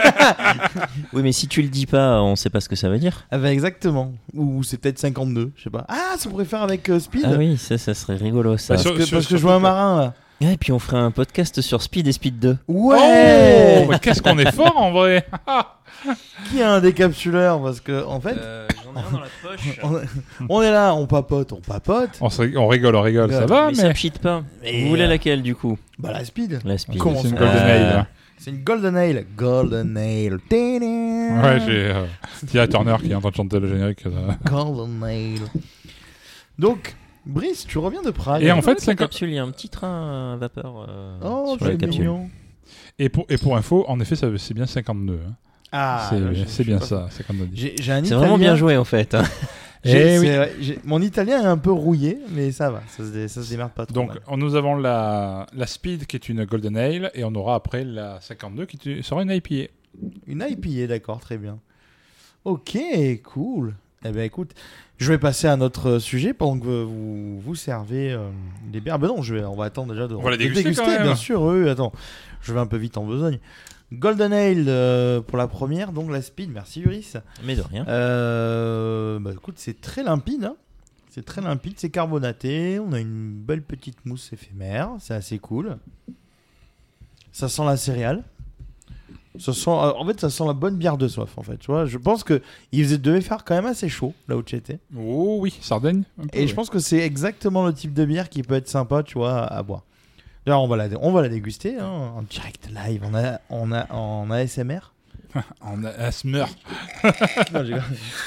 Oui, mais si tu le dis pas, on sait pas ce que ça veut dire. Ah bah exactement. Ou c'est peut-être 52, je sais pas. Ah, ça pourrait faire avec Speed. Ah oui, ça serait rigolo ça. Parce que je vois un marin là. Et puis on ferait un podcast sur Speed et Speed 2. Ouais. Oh, mais qu'est-ce qu'on est fort en vrai. Qui a un décapsuleur? Parce que en fait, j'en ai un dans la poche. on est là, on papote. On rigole, ça va, mais ça me cheat pas. Vous voulez laquelle du coup? Bah la Speed. La Speed. Comment c'est une Golden Ale. C'est une Golden Ale. Golden Ale. Ouais, j'ai Tina Turner qui est en train de chanter le générique. Golden Ale. Donc, Brice, tu reviens de Prague. Et en fait, la capsule, il y a un petit train à vapeur sur la c'est capsule. mignon. Et pour info, en effet, c'est bien 50 nœuds. Hein. Ah, c'est bien ça, 50 nœuds. J'ai un C'est Italien. vraiment bien joué en fait. Eh oui. Mon italien est un peu rouillé, mais ça va, ça se démarre pas trop. Donc, mal. nous avons la Speed qui est une Golden Ale et on aura après la 52 qui sera une IPA. Une IPA, d'accord, très bien. Ok, cool. Eh ben écoute, je vais passer à notre sujet pendant que vous servez les bières. Ben non, on va attendre déjà de On va les déguster quand même. Bien sûr, oui, attends. Je vais un peu vite en besogne. Golden Ale pour la première, donc la Speed, merci Uris. Mais de rien. Bah écoute, c'est très limpide, hein. C'est très limpide, c'est carbonaté, on a une belle petite mousse éphémère, c'est assez cool. Ça sent la céréale. Ça sent la bonne bière de soif en fait, tu vois. Je pense que devait faire quand même assez chaud là où tu étais. Oh oui, Sardaigne. Et je pense que c'est exactement le type de bière qui peut être sympa, tu vois, à boire. D'ailleurs, on va la déguster hein, en direct live, en ASMR. En ASMR. Non, j'ai...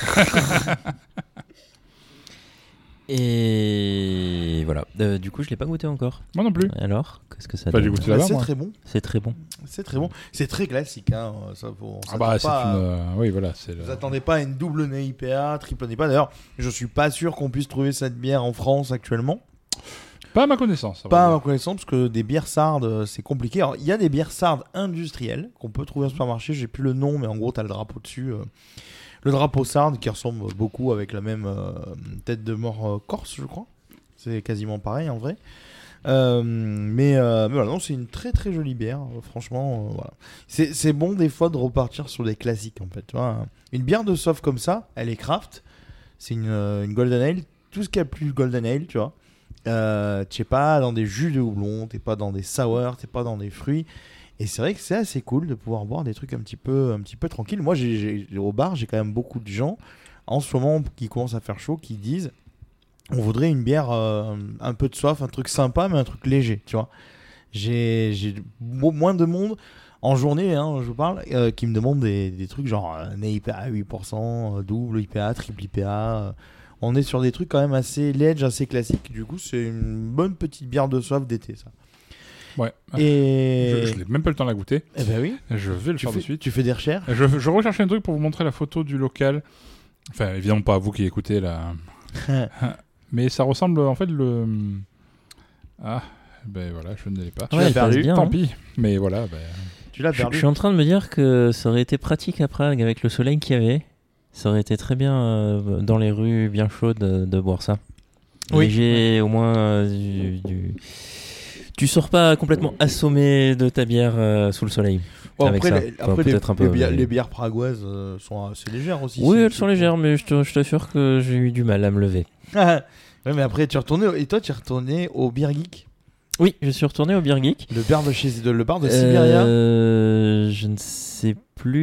Et voilà. Du coup, je l'ai pas goûté encore. Moi non plus. Alors, qu'est-ce que ça Pas donne? du goûté là-bas, C'est moi. très bon. C'est très bon. C'est très bon. C'est très classique. Hein. Ça, Ah bah c'est une... oui voilà. Vous attendez pas à une double nez IPA, triple nez IPA. D'ailleurs, je suis pas sûr qu'on puisse trouver cette bière en France actuellement. Pas à ma connaissance. Pas à ma connaissance, parce que des bières sardes, c'est compliqué. Alors, il y a des bières sardes industrielles qu'on peut trouver au supermarché. J'ai plus le nom, mais en gros, tu as le drapeau dessus. Le drapeau sarde qui ressemble beaucoup avec la même tête de mort corse, je crois. C'est quasiment pareil en vrai. Mais voilà, non, c'est une très très jolie bière. Franchement, voilà. C'est bon des fois de repartir sur des classiques en fait. Tu vois, une bière de soft comme ça, elle est craft. C'est une Golden Ale. Tout ce qu'il y a plus Golden Ale, tu vois. T'es pas dans des jus de houblon, t'es pas dans des sours, t'es pas dans des fruits. Et c'est vrai que c'est assez cool de pouvoir boire des trucs un petit peu tranquilles. Moi, au bar, j'ai quand même beaucoup de gens en ce moment qui commencent à faire chaud qui disent on voudrait une bière un peu de soif, un truc sympa, mais un truc léger, tu vois. J'ai moins de monde en journée, hein, je vous parle, qui me demandent des trucs genre un IPA à 8%, double IPA, triple IPA. On est sur des trucs quand même assez ledge, assez classiques. Du coup, c'est une bonne petite bière de soif d'été, ça. Ouais. Et... Je n'ai même pas le temps de la goûter. Eh ben oui. Je vais le faire de suite. Tu fais des recherches. Je recherchais un truc pour vous montrer la photo du local. Enfin, évidemment pas à vous qui écoutez là. Mais ça ressemble en fait le... Ah, ben voilà, je ne l'ai pas. Tu l'as perdu. Bien, Tant hein. pis. Mais voilà, ben... Tu l'as Je perdu. suis en train de me dire que ça aurait été pratique à Prague avec le soleil qu'il y avait. Ça aurait été très bien dans les rues bien chaudes de boire ça. Oui. Léger, au moins tu sors pas complètement assommé de ta bière sous le soleil. Bon, avec après, ça. Enfin, peut-être un peu, les bières pragoises sont assez légères aussi. Oui, si elles tu sont prends. légères, mais je t'assure que j'ai eu du mal à me lever. Ouais, mais après, tu es retourné au Beer Geek, Oui, je suis retourné au Beer Geek. le bar de Sibéria. Je ne sais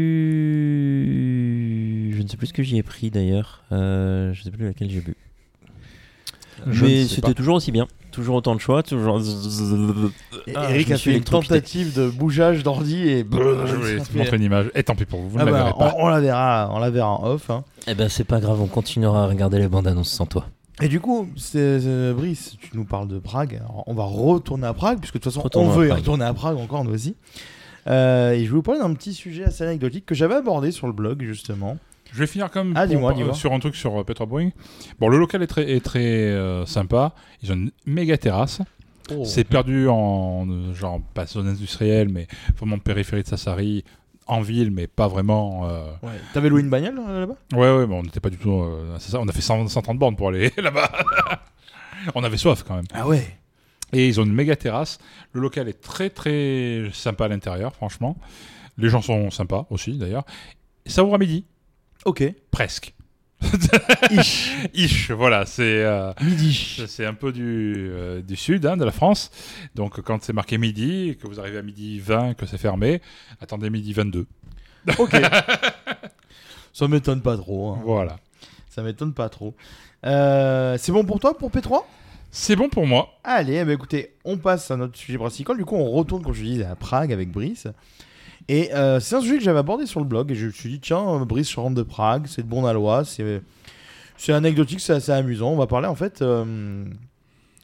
plus. Je ne sais plus ce que j'y ai pris d'ailleurs. Je ne sais plus laquelle j'ai bu. Mais c'était toujours aussi bien. Toujours autant de choix. Toujours. Eric a fait une tentative de bougeage d'ordi et. Je vais te montrer une image. Et tant pis pour vous, vous ne la verrez pas. On la verra en off. Hein. Eh ben c'est pas grave, on continuera à regarder les bandes annonces sans toi. Et du coup, Brice, tu nous parles de Prague. Alors, on va retourner à Prague, puisque de toute façon, Retournons on veut à y Prague. retourner à Prague encore, nous aussi. Et je vais vous parler d'un petit sujet assez anecdotique que j'avais abordé sur le blog, justement. Je vais finir comme dis-moi. sur un truc sur Petra Brewing. Bon, le local est très sympa. Ils ont une méga terrasse. Oh. C'est perdu en genre pas zone industrielle, mais vraiment périphérie de Sassari, en ville, mais pas vraiment. Ouais. T'avais loué une bagnole là-bas ? Ouais, mais on n'était pas du tout. C'est ça. On a fait 130 bornes pour aller là-bas. On avait soif quand même. Ah ouais. Et ils ont une méga terrasse. Le local est très très sympa à l'intérieur, franchement. Les gens sont sympas aussi d'ailleurs. Et ça ouvre à midi. Ok. Presque. Ish. Ish, voilà, c'est Midi. c'est un peu du sud hein, de la France. Donc quand c'est marqué midi et que vous arrivez à midi 20 que c'est fermé, attendez midi 22. Ok. Ça m'étonne pas trop. Hein. Voilà. Ça m'étonne pas trop. C'est bon pour toi, pour P3 ? C'est bon pour moi. Allez, bah écoutez, on passe à notre sujet principal. Du coup, on retourne, comme je disais, à Prague avec Brice. Et c'est un sujet que j'avais abordé sur le blog. Et je me suis dit, tiens, Brice, je rentre de Prague, c'est de bon aloi, c'est anecdotique, c'est assez amusant. On va parler en fait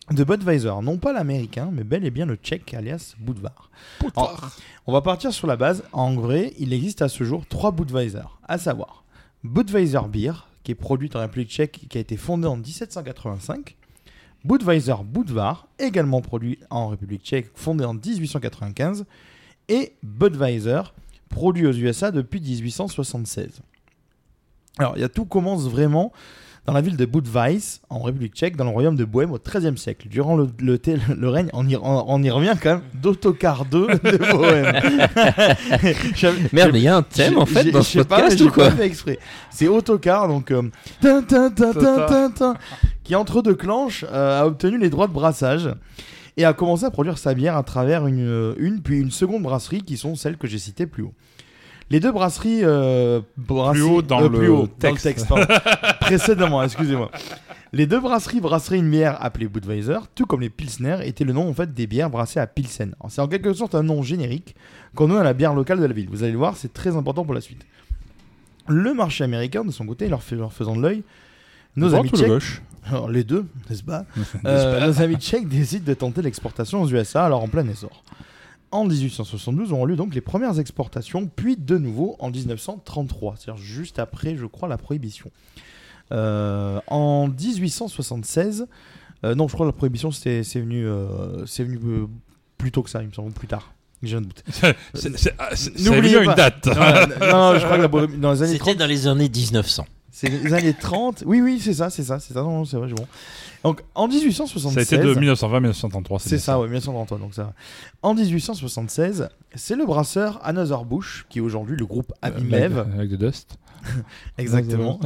de Budweiser, non pas l'américain, mais bel et bien le tchèque alias Budvar. On va partir sur la base. En vrai, il existe à ce jour 3 Budweiser, à savoir Budweiser Beer, qui est produite en République tchèque et qui a été fondée en 1785. Budweiser Budvar, également produit en République tchèque, fondé en 1895. Et Budweiser, produit aux USA depuis 1876. Alors, tout commence vraiment dans la ville de Budweis, en République tchèque, dans le royaume de Bohême au XIIIe siècle. Durant le règne, on y revient quand même, d'Ottokar II de Bohême. Merde, mais il y a un thème en fait dans ce podcast ou quoi? Pas fait exprès. C'est Ottokar, donc qui entre deux clanches a obtenu les droits de brassage et a commencé à produire sa bière à travers puis une seconde brasserie qui sont celles que j'ai citées plus haut. Les deux brasseries plus haut dans le texte précédemment, excusez-moi. Les deux brasseries brassaient une bière appelée Budweiser, tout comme les Pilsner étaient le nom en fait des bières brassées à Pilsen. Alors, c'est en quelque sorte un nom générique qu'on donne à la bière locale de la ville. Vous allez le voir, c'est très important pour la suite. Le marché américain, de son côté, leur faisant de l'œil, nos amis tchèques, alors les deux, n'est-ce pas, nos amis tchèques décident de tenter l'exportation aux USA, alors en plein essor. En 1872 ont lieu donc les premières exportations, puis de nouveau en 1933, c'est-à-dire juste après, je crois, la prohibition. En 1876, non, je crois que la prohibition c'est venu plus tôt que ça, il me semble, plus tard. J'ai un doute. N'oubliez pas une date. Non, je crois que dans les années 30. C'était dans les années 1900. C'est les années 30. Oui, c'est ça. Non, c'est vrai, c'est bon. Donc, en 1876... Ça a été de 1920 à 1933. C'est ça, oui, 1933, donc ça va. En 1876, c'est le brasseur Anheuser-Busch, qui est aujourd'hui le groupe Abimev. Avec de Dust. Exactement.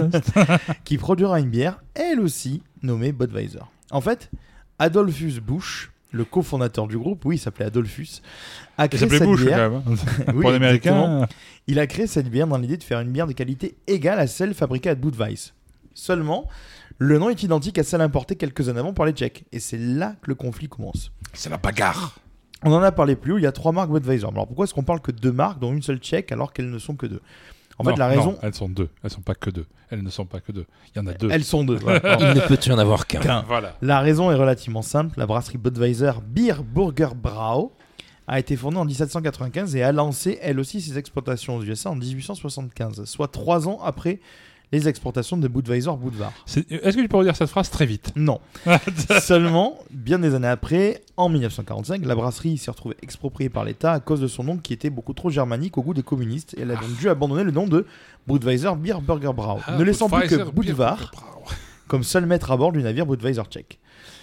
Qui produira une bière, elle aussi, nommée Budweiser. En fait, Adolphus Busch, le cofondateur du groupe, oui, il s'appelait Adolphus, a créé cette Bush, bière. quand même. Oui, pour l'américain. Il a créé cette bière dans l'idée de faire une bière de qualité égale à celle fabriquée à Budweiser. Seulement, le nom est identique à celle importée quelques années avant par les Tchèques. Et c'est là que le conflit commence. C'est la bagarre. On en a parlé plus haut, il y a 3 marques Budweiser. Alors pourquoi est-ce qu'on parle que de 2 marques, dont une seule tchèque, alors qu'elles ne sont que 2 ? En fait, la raison... Non, elles sont 2. Elles ne sont pas que 2. Elles ne sont pas que 2. Il y en a 2. Elles sont 2. Ouais, il ne peut y en avoir qu'un. Voilà. La raison est relativement simple. La brasserie Budweiser Bierburger Brau a été fondée en 1795 et a lancé elle aussi ses exportations aux USA en 1875, soit 3 ans après les exportations de Budweiser Budvar. Est-ce que tu peux redire cette phrase très vite ? Non. Seulement, bien des années après, en 1945, la brasserie s'est retrouvée expropriée par l'État à cause de son nom qui était beaucoup trop germanique au goût des communistes. Elle a donc dû abandonner le nom de Budweiser Bierburger Brau, ne laissant plus que Budvar comme seul maître à bord du navire Budweiser tchèque.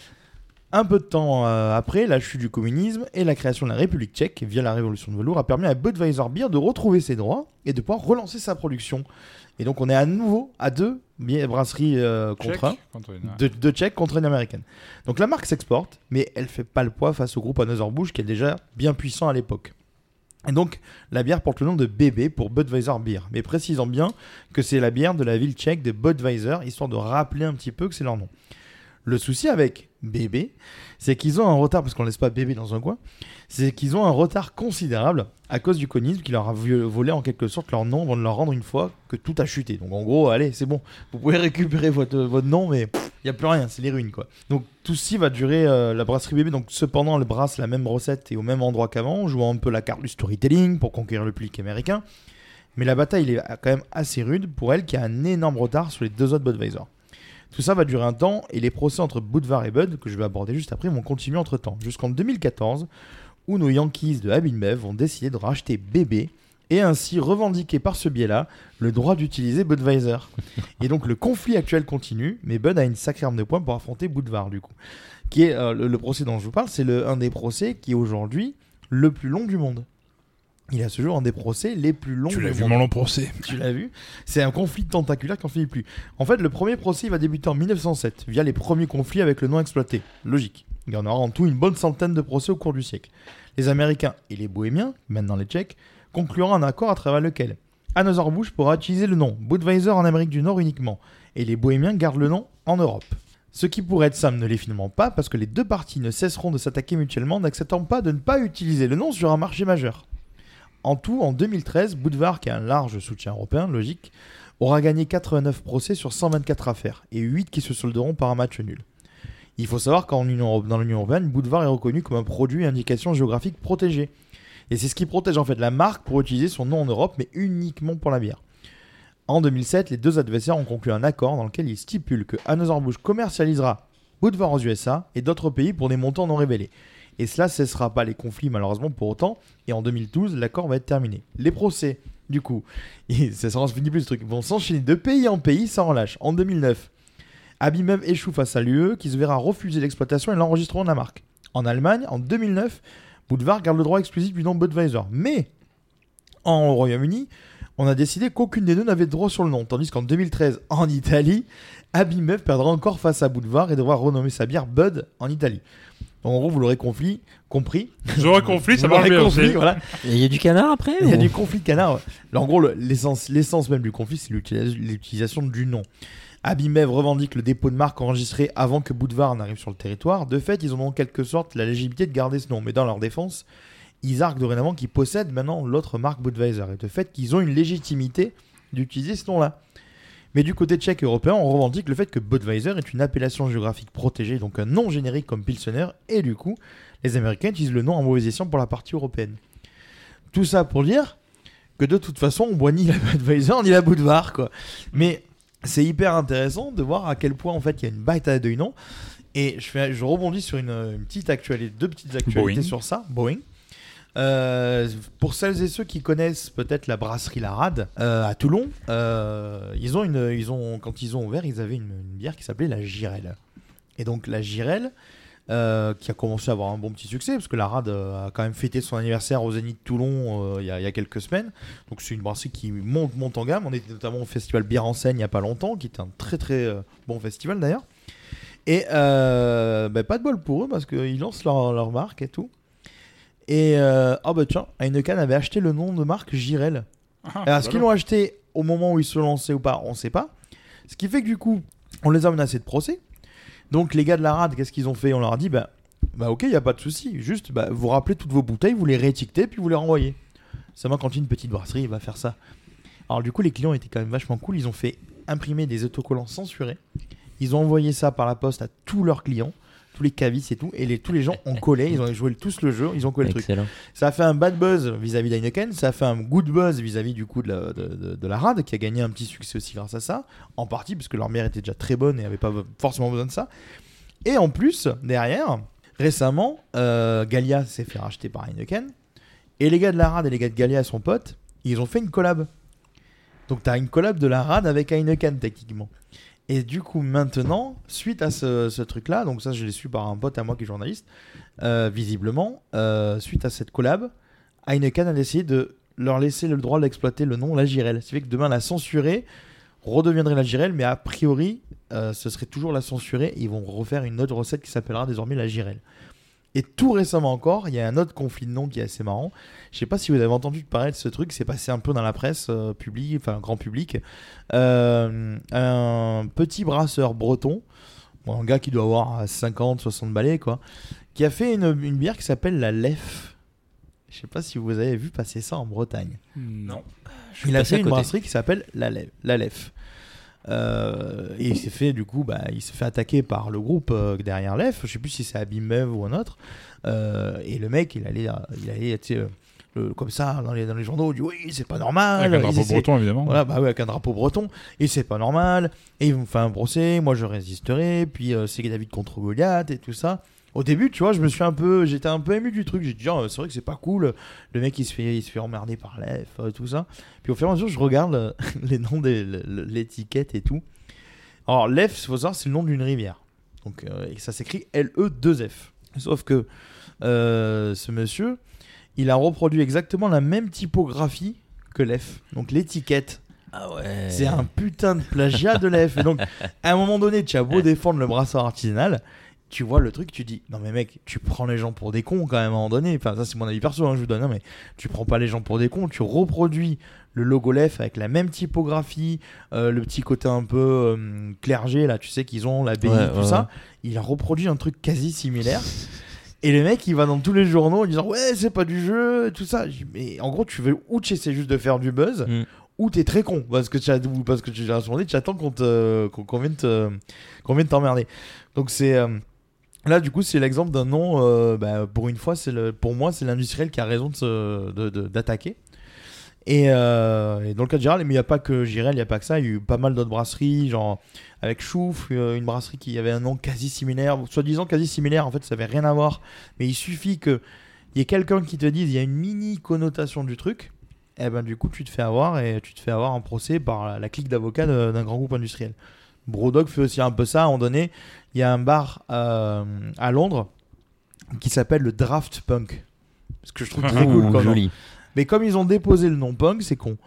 Un peu de temps après, la chute du communisme et la création de la République tchèque via la révolution de velours a permis à Budweiser Beer de retrouver ses droits et de pouvoir relancer sa production. Et donc on est à nouveau à 2 brasseries contre 1, 2 tchèques contre une américaine. Donc la marque s'exporte, mais elle fait pas le poids face au groupe Anheuser-Busch qui est déjà bien puissant à l'époque. Et donc la bière porte le nom de BB pour Budweiser Beer, mais précisant bien que c'est la bière de la ville tchèque de Budweiser, histoire de rappeler un petit peu que c'est leur nom. Le souci avec BB, c'est qu'ils ont un retard, parce qu'on ne laisse pas BB dans un coin, c'est qu'ils ont un retard considérable à cause du communisme qui leur a volé en quelque sorte leur nom avant de leur rendre une fois que tout a chuté. Donc en gros, allez, c'est bon, vous pouvez récupérer votre nom, mais il n'y a plus rien, c'est les ruines quoi. Donc tout ceci va durer, la brasserie BB, donc cependant elle brasse la même recette et au même endroit qu'avant, jouant un peu la carte du storytelling pour conquérir le public américain. Mais la bataille est quand même assez rude pour elle qui a un énorme retard sur les 2 autres Budweiser. Tout ça va durer un temps et les procès entre Budvar et Bud, que je vais aborder juste après, vont continuer entre temps, jusqu'en 2014, où nos Yankees de Abimev vont décider de racheter BB et ainsi revendiquer par ce biais-là le droit d'utiliser Budweiser. Et donc le conflit actuel continue, mais Bud a une sacrée arme de poing pour affronter Budvar du coup. Qui est le procès dont je vous parle, c'est un des procès qui est aujourd'hui le plus long du monde. Il a ce jour un des procès les plus longs. Tu l'as vu, mon long procès. Tu l'as vu ? C'est un conflit tentaculaire qui n'en finit plus. En fait, le premier procès il va débuter en 1907, via les premiers conflits avec le non exploité. Logique. Il y en aura en tout une bonne centaine de procès au cours du siècle. Les Américains et les Bohémiens, maintenant les Tchèques, concluront un accord à travers lequel Anheuser-Busch pourra utiliser le nom Budweiser en Amérique du Nord uniquement, et les Bohémiens gardent le nom en Europe. Ce qui pourrait être simple ne l'est finalement pas, parce que les deux parties ne cesseront de s'attaquer mutuellement, n'acceptant pas de ne pas utiliser le nom sur un marché majeur. En tout, en 2013, Budvar, qui a un large soutien européen, logique, aura gagné 89 procès sur 124 affaires, et 8 qui se solderont par un match nul. Il faut savoir qu'en dans l'Union européenne, Budvar est reconnu comme un produit et indication géographique protégé. Et c'est ce qui protège en fait la marque pour utiliser son nom en Europe, mais uniquement pour la bière. En 2007, les deux adversaires ont conclu un accord dans lequel ils stipulent que Anheuser-Busch commercialisera Budvar aux USA et d'autres pays pour des montants non révélés. Et cela ne cessera pas les conflits malheureusement pour autant. Et en 2012, l'accord va être terminé. Les procès, du coup, et ça ne se finit plus ce truc, vont s'enchaîner de pays en pays sans relâche. En 2009, AbInBev échoue face à l'UE qui se verra refuser l'exploitation et l'enregistrement de la marque. En Allemagne, en 2009, Budvar garde le droit exclusif du nom Budweiser. Mais en Royaume-Uni, on a décidé qu'aucune des deux n'avait de droit sur le nom. Tandis qu'en 2013, en Italie, AbInBev perdra encore face à Budvar et devra renommer sa bière Bud en Italie. Donc en gros, vous l'aurez compris. J'aurais conflit, ça marche bien aussi. Voilà. Il y a du canard après Il y a du conflit de canard. Ouais. Là, en gros, l'essence même du conflit, c'est l'utilisation du nom. AbInBev revendique le dépôt de marque enregistré avant que Budvar n'arrive sur le territoire. De fait, ils ont en quelque sorte la légitimité de garder ce nom. Mais dans leur défense, ils arguent dorénavant qu'ils possèdent maintenant l'autre marque Budweiser. Et de fait, qu'ils ont une légitimité d'utiliser ce nom-là. Mais du côté tchèque et européen, on revendique le fait que Budweiser est une appellation géographique protégée, donc un nom générique comme Pilsener. Et du coup, les Américains utilisent le nom en mauvais escient pour la partie européenne. Tout ça pour dire que de toute façon, on boit ni la Budweiser ni la Budvar, quoi. Mais c'est hyper intéressant de voir à quel point en fait il y a une bataille de noms. Et je rebondis sur deux petites actualités sur ça. Boeing. Pour celles et ceux qui connaissent peut-être la brasserie La Rade à Toulon, quand ils ont ouvert, ils avaient une bière qui s'appelait la Girelle. Et donc la Girelle, qui a commencé à avoir un bon petit succès, parce que La Rade a quand même fêté son anniversaire au Zénith de Toulon il y a quelques semaines. Donc c'est une brasserie qui monte en gamme. On était notamment au festival Bière en Seine il n'y a pas longtemps, qui était un très très bon festival d'ailleurs. Et pas de bol pour eux, parce qu'ils lancent leur marque et tout. Et tiens, Heineken avait acheté le nom de marque Girelle. Alors, est-ce qu'ils l'ont acheté au moment où ils se lançaient ou pas? On ne sait pas. Ce qui fait que du coup, on les a menacés de procès. Donc les gars de La Rade, qu'est-ce qu'ils ont fait? On leur a dit, ok, il n'y a pas de souci. Juste, vous rappelez toutes vos bouteilles, vous les réétiquetez, puis vous les renvoyez. Ça va quand une petite brasserie va faire ça. Alors du coup, les clients étaient quand même vachement cool. Ils ont fait imprimer des autocollants censurés. Ils ont envoyé ça par la poste à tous leurs clients. Tous les cavistes et tout, et tous les gens ont collé, ils ont joué tous le jeu, ils ont collé le truc. Ça a fait un bad buzz vis-à-vis d'Heineken, ça a fait un good buzz vis-à-vis du coup de La Rade, qui a gagné un petit succès aussi grâce à ça, en partie parce que leur bière était déjà très bonne et n'avait pas forcément besoin de ça. Et en plus, derrière, récemment, Gallia s'est fait racheter par Heineken, et les gars de La Rade et les gars de Gallia sont potes, ils ont fait une collab. Donc t'as une collab de La Rade avec Heineken techniquement. Et du coup, maintenant, suite à ce truc-là, donc ça, je l'ai su par un pote à moi qui est journaliste, visiblement, suite à cette collab, Heineken a décidé de leur laisser le droit d'exploiter le nom La Girelle. Ce qui fait que demain, la censurée redeviendrait La Girelle, mais a priori, ce serait toujours la censurée. Ils vont refaire une autre recette qui s'appellera désormais La Girelle. Et tout récemment encore, il y a un autre conflit de noms qui est assez marrant. Je sais pas si vous avez entendu parler de ce truc, c'est passé un peu dans la presse grand public. Un petit brasseur breton, un gars qui doit avoir 50, 60 balais, quoi, qui a fait une bière qui s'appelle la Lef. Je sais pas si vous avez vu passer ça en Bretagne. Non. Il a fait une brasserie qui s'appelle la Lef. Et il s'est fait attaquer par le groupe derrière Lef, je sais plus si c'est AbInBev ou un autre, et le mec il allait comme ça dans les journaux, il dit oui c'est pas normal, avec un drapeau breton évidemment, voilà, avec un drapeau breton, et c'est pas normal, et ils vont faire un procès, moi je résisterai, puis c'est David contre Goliath et tout ça. Au début, tu vois, j'étais un peu ému du truc. J'ai dit, c'est vrai que c'est pas cool. Le mec, il se fait emmerder par Lef, tout ça. Puis au fur et à mesure, je regarde les noms de l'étiquette et tout. Alors, Lef, il faut savoir, c'est le nom d'une rivière. Donc, et ça s'écrit LE2F. Sauf que ce monsieur, il a reproduit exactement la même typographie que Lef. Donc, l'étiquette. Ah ouais. C'est un putain de plagiat de Lef. Et donc, à un moment donné, tu as beau défendre le brasseur artisanal. Tu vois le truc, tu dis non mais mec, tu prends les gens pour des cons quand même à un moment donné. Enfin ça c'est mon avis perso, je vous donne. Non mais tu prends pas les gens pour des cons, tu reproduis le logo Lef avec la même typographie, le petit côté un peu clergé là, tu sais qu'ils ont la BI tout ça. Il a reproduit un truc quasi similaire. Et le mec il va dans tous les journaux en disant ouais c'est pas du jeu tout ça. Mais en gros tu veux ou tu essaies juste de faire du buzz. Ou t'es très con parce que tu attends qu'on vienne t'emmerder. Donc c'est Là, du coup, c'est l'exemple d'un nom. Pour une fois, pour moi, c'est l'industriel qui a raison d'attaquer. Et dans le cas de Giral, mais il n'y a pas que Giral, il n'y a pas que ça. Il y a eu pas mal d'autres brasseries, genre avec Chouf, une brasserie qui avait un nom quasi similaire, soi-disant quasi similaire. En fait, ça n'avait rien à voir. Mais il suffit qu'il y ait quelqu'un qui te dise il y a une mini connotation du truc. Et ben, du coup, tu te fais avoir en procès par la clique d'avocats d'un grand groupe industriel. Brodog fait aussi un peu ça. À un moment donné, il y a un bar à Londres qui s'appelle le Draft Punk. Ce que je trouve très cool. Joli. Mais comme ils ont déposé le nom punk, c'est con.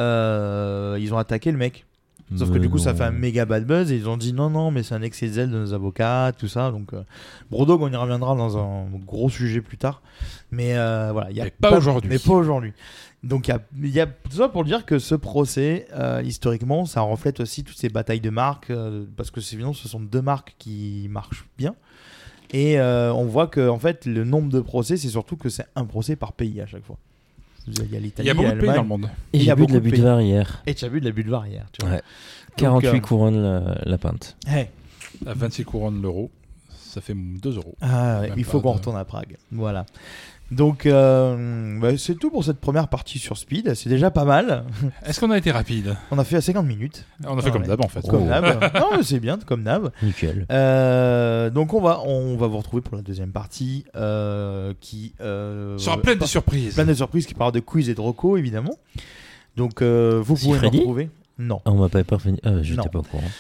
Ils ont attaqué le mec. Sauf que du coup, ça fait un méga bad buzz et ils ont dit non, mais c'est un excès de zèle de nos avocats, tout ça. Donc, Brodog, on y reviendra dans un gros sujet plus tard. Mais voilà, il y a pas aujourd'hui. Mais pas aujourd'hui. Donc, il y a tout ça pour dire que ce procès, historiquement, ça reflète aussi toutes ces batailles de marques, parce que sinon, ce sont deux marques qui marchent bien. Et on voit que en fait, le nombre de procès, c'est surtout que c'est un procès par pays à chaque fois. Il y a l'Italie, il y a beaucoup de pays l'Allemagne. dans le monde. Et j'ai bu de la Budvar hier. Et tu as bu de la Budvar hier, tu vois. Ouais. 48 couronnes la pinte. Hey. À 26 couronnes l'euro, ça fait 2 euros. Ah, ouais, il faut qu'on retourne à Prague. Voilà. Donc, c'est tout pour cette première partie sur Speed. C'est déjà pas mal. Est-ce qu'on a été rapide ? On a fait à 50 minutes. On a fait comme d'hab en fait. Comme d'hab. Non, mais c'est bien, comme d'hab. Nickel. Donc, on va vous retrouver pour la deuxième partie qui sera pleine de surprises. Pleine de surprises qui parle de quiz et de reco, évidemment. Donc, vous pouvez nous retrouver. Non. On m'a pas parvenu. J'étais pas au courant.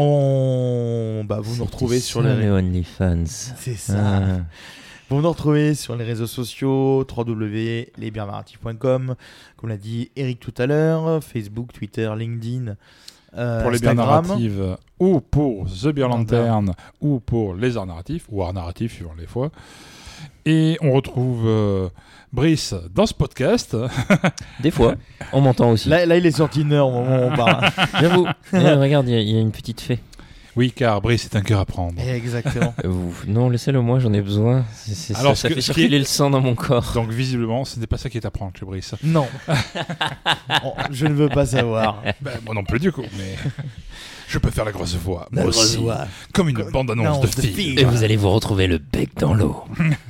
Vous nous retrouvez sur les OnlyFans. C'est ça. Vous nous retrouvez sur les réseaux sociaux, www.lesbiernarratifs.com, comme l'a dit Eric tout à l'heure, Facebook, Twitter, LinkedIn, pour les bières narratives ou pour The Beer Lantern ou pour les arts narratifs ou arts narratifs suivant les fois. Et on retrouve Brice dans ce podcast. Des fois, on m'entend aussi. Là, il est sorti une heure au moment où on parle. J'avoue. Regarde, il y a une petite fée. Oui, car Brice est un cœur à prendre. Exactement. Non, laissez-le moi, j'en ai besoin. Alors, ça fait circuler le sang dans mon corps. Donc, visiblement, ce n'est pas ça qui est à prendre chez Brice. Non. Je ne veux pas savoir. Moi non plus, du coup, mais je peux faire la grosse voix. La moi grosse aussi. voix. Comme une bande-annonce de film. Et vous allez vous retrouver le bec dans l'eau.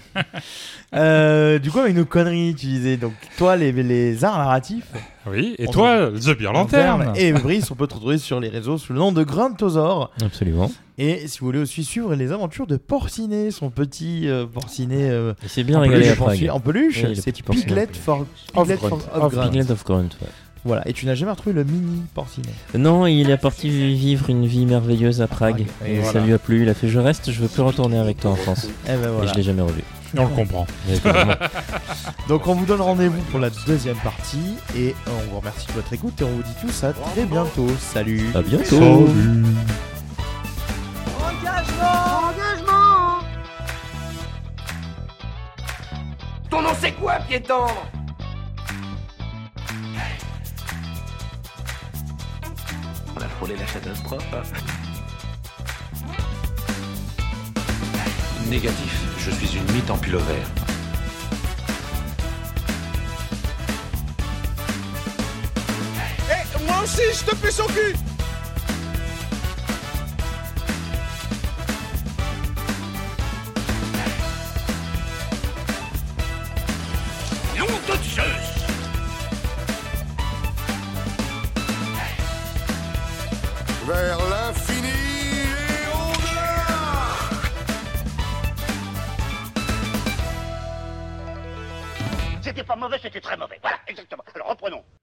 Du coup, avec nos conneries, tu disais. Donc, toi, les arts narratifs. Oui, et toi, The Beer Lantern. Et Brice, on peut te retrouver sur les réseaux sous le nom de Gruntosaur. Absolument. Et si vous voulez aussi suivre les aventures de Porcinet, son petit Porcinet. Il s'est bien régalé à Prague. En peluche, oui, c'est Piglet of Grunt. Ouais. Voilà, et tu n'as jamais retrouvé le mini Porcinet? Non, il est parti vivre une vie merveilleuse à Prague. Et voilà. Ça lui a plu, il a fait je reste, je veux plus retourner avec toi en France. Et, voilà. Et je l'ai jamais revu. Et on le comprend. Donc on vous donne rendez-vous pour la deuxième partie et on vous remercie de votre écoute et on vous dit tous à très bientôt. Salut. À bientôt. Salut. Engagement. Ton nom c'est quoi, pied tendre? On a frôlé la catastrophe. Négatif, je suis une mythe en pullover. Moi aussi, je te fais son cul. Nom de Zeus. Vers l'infini et au-delà. C'était pas mauvais, c'était très mauvais. Voilà, exactement. Alors reprenons.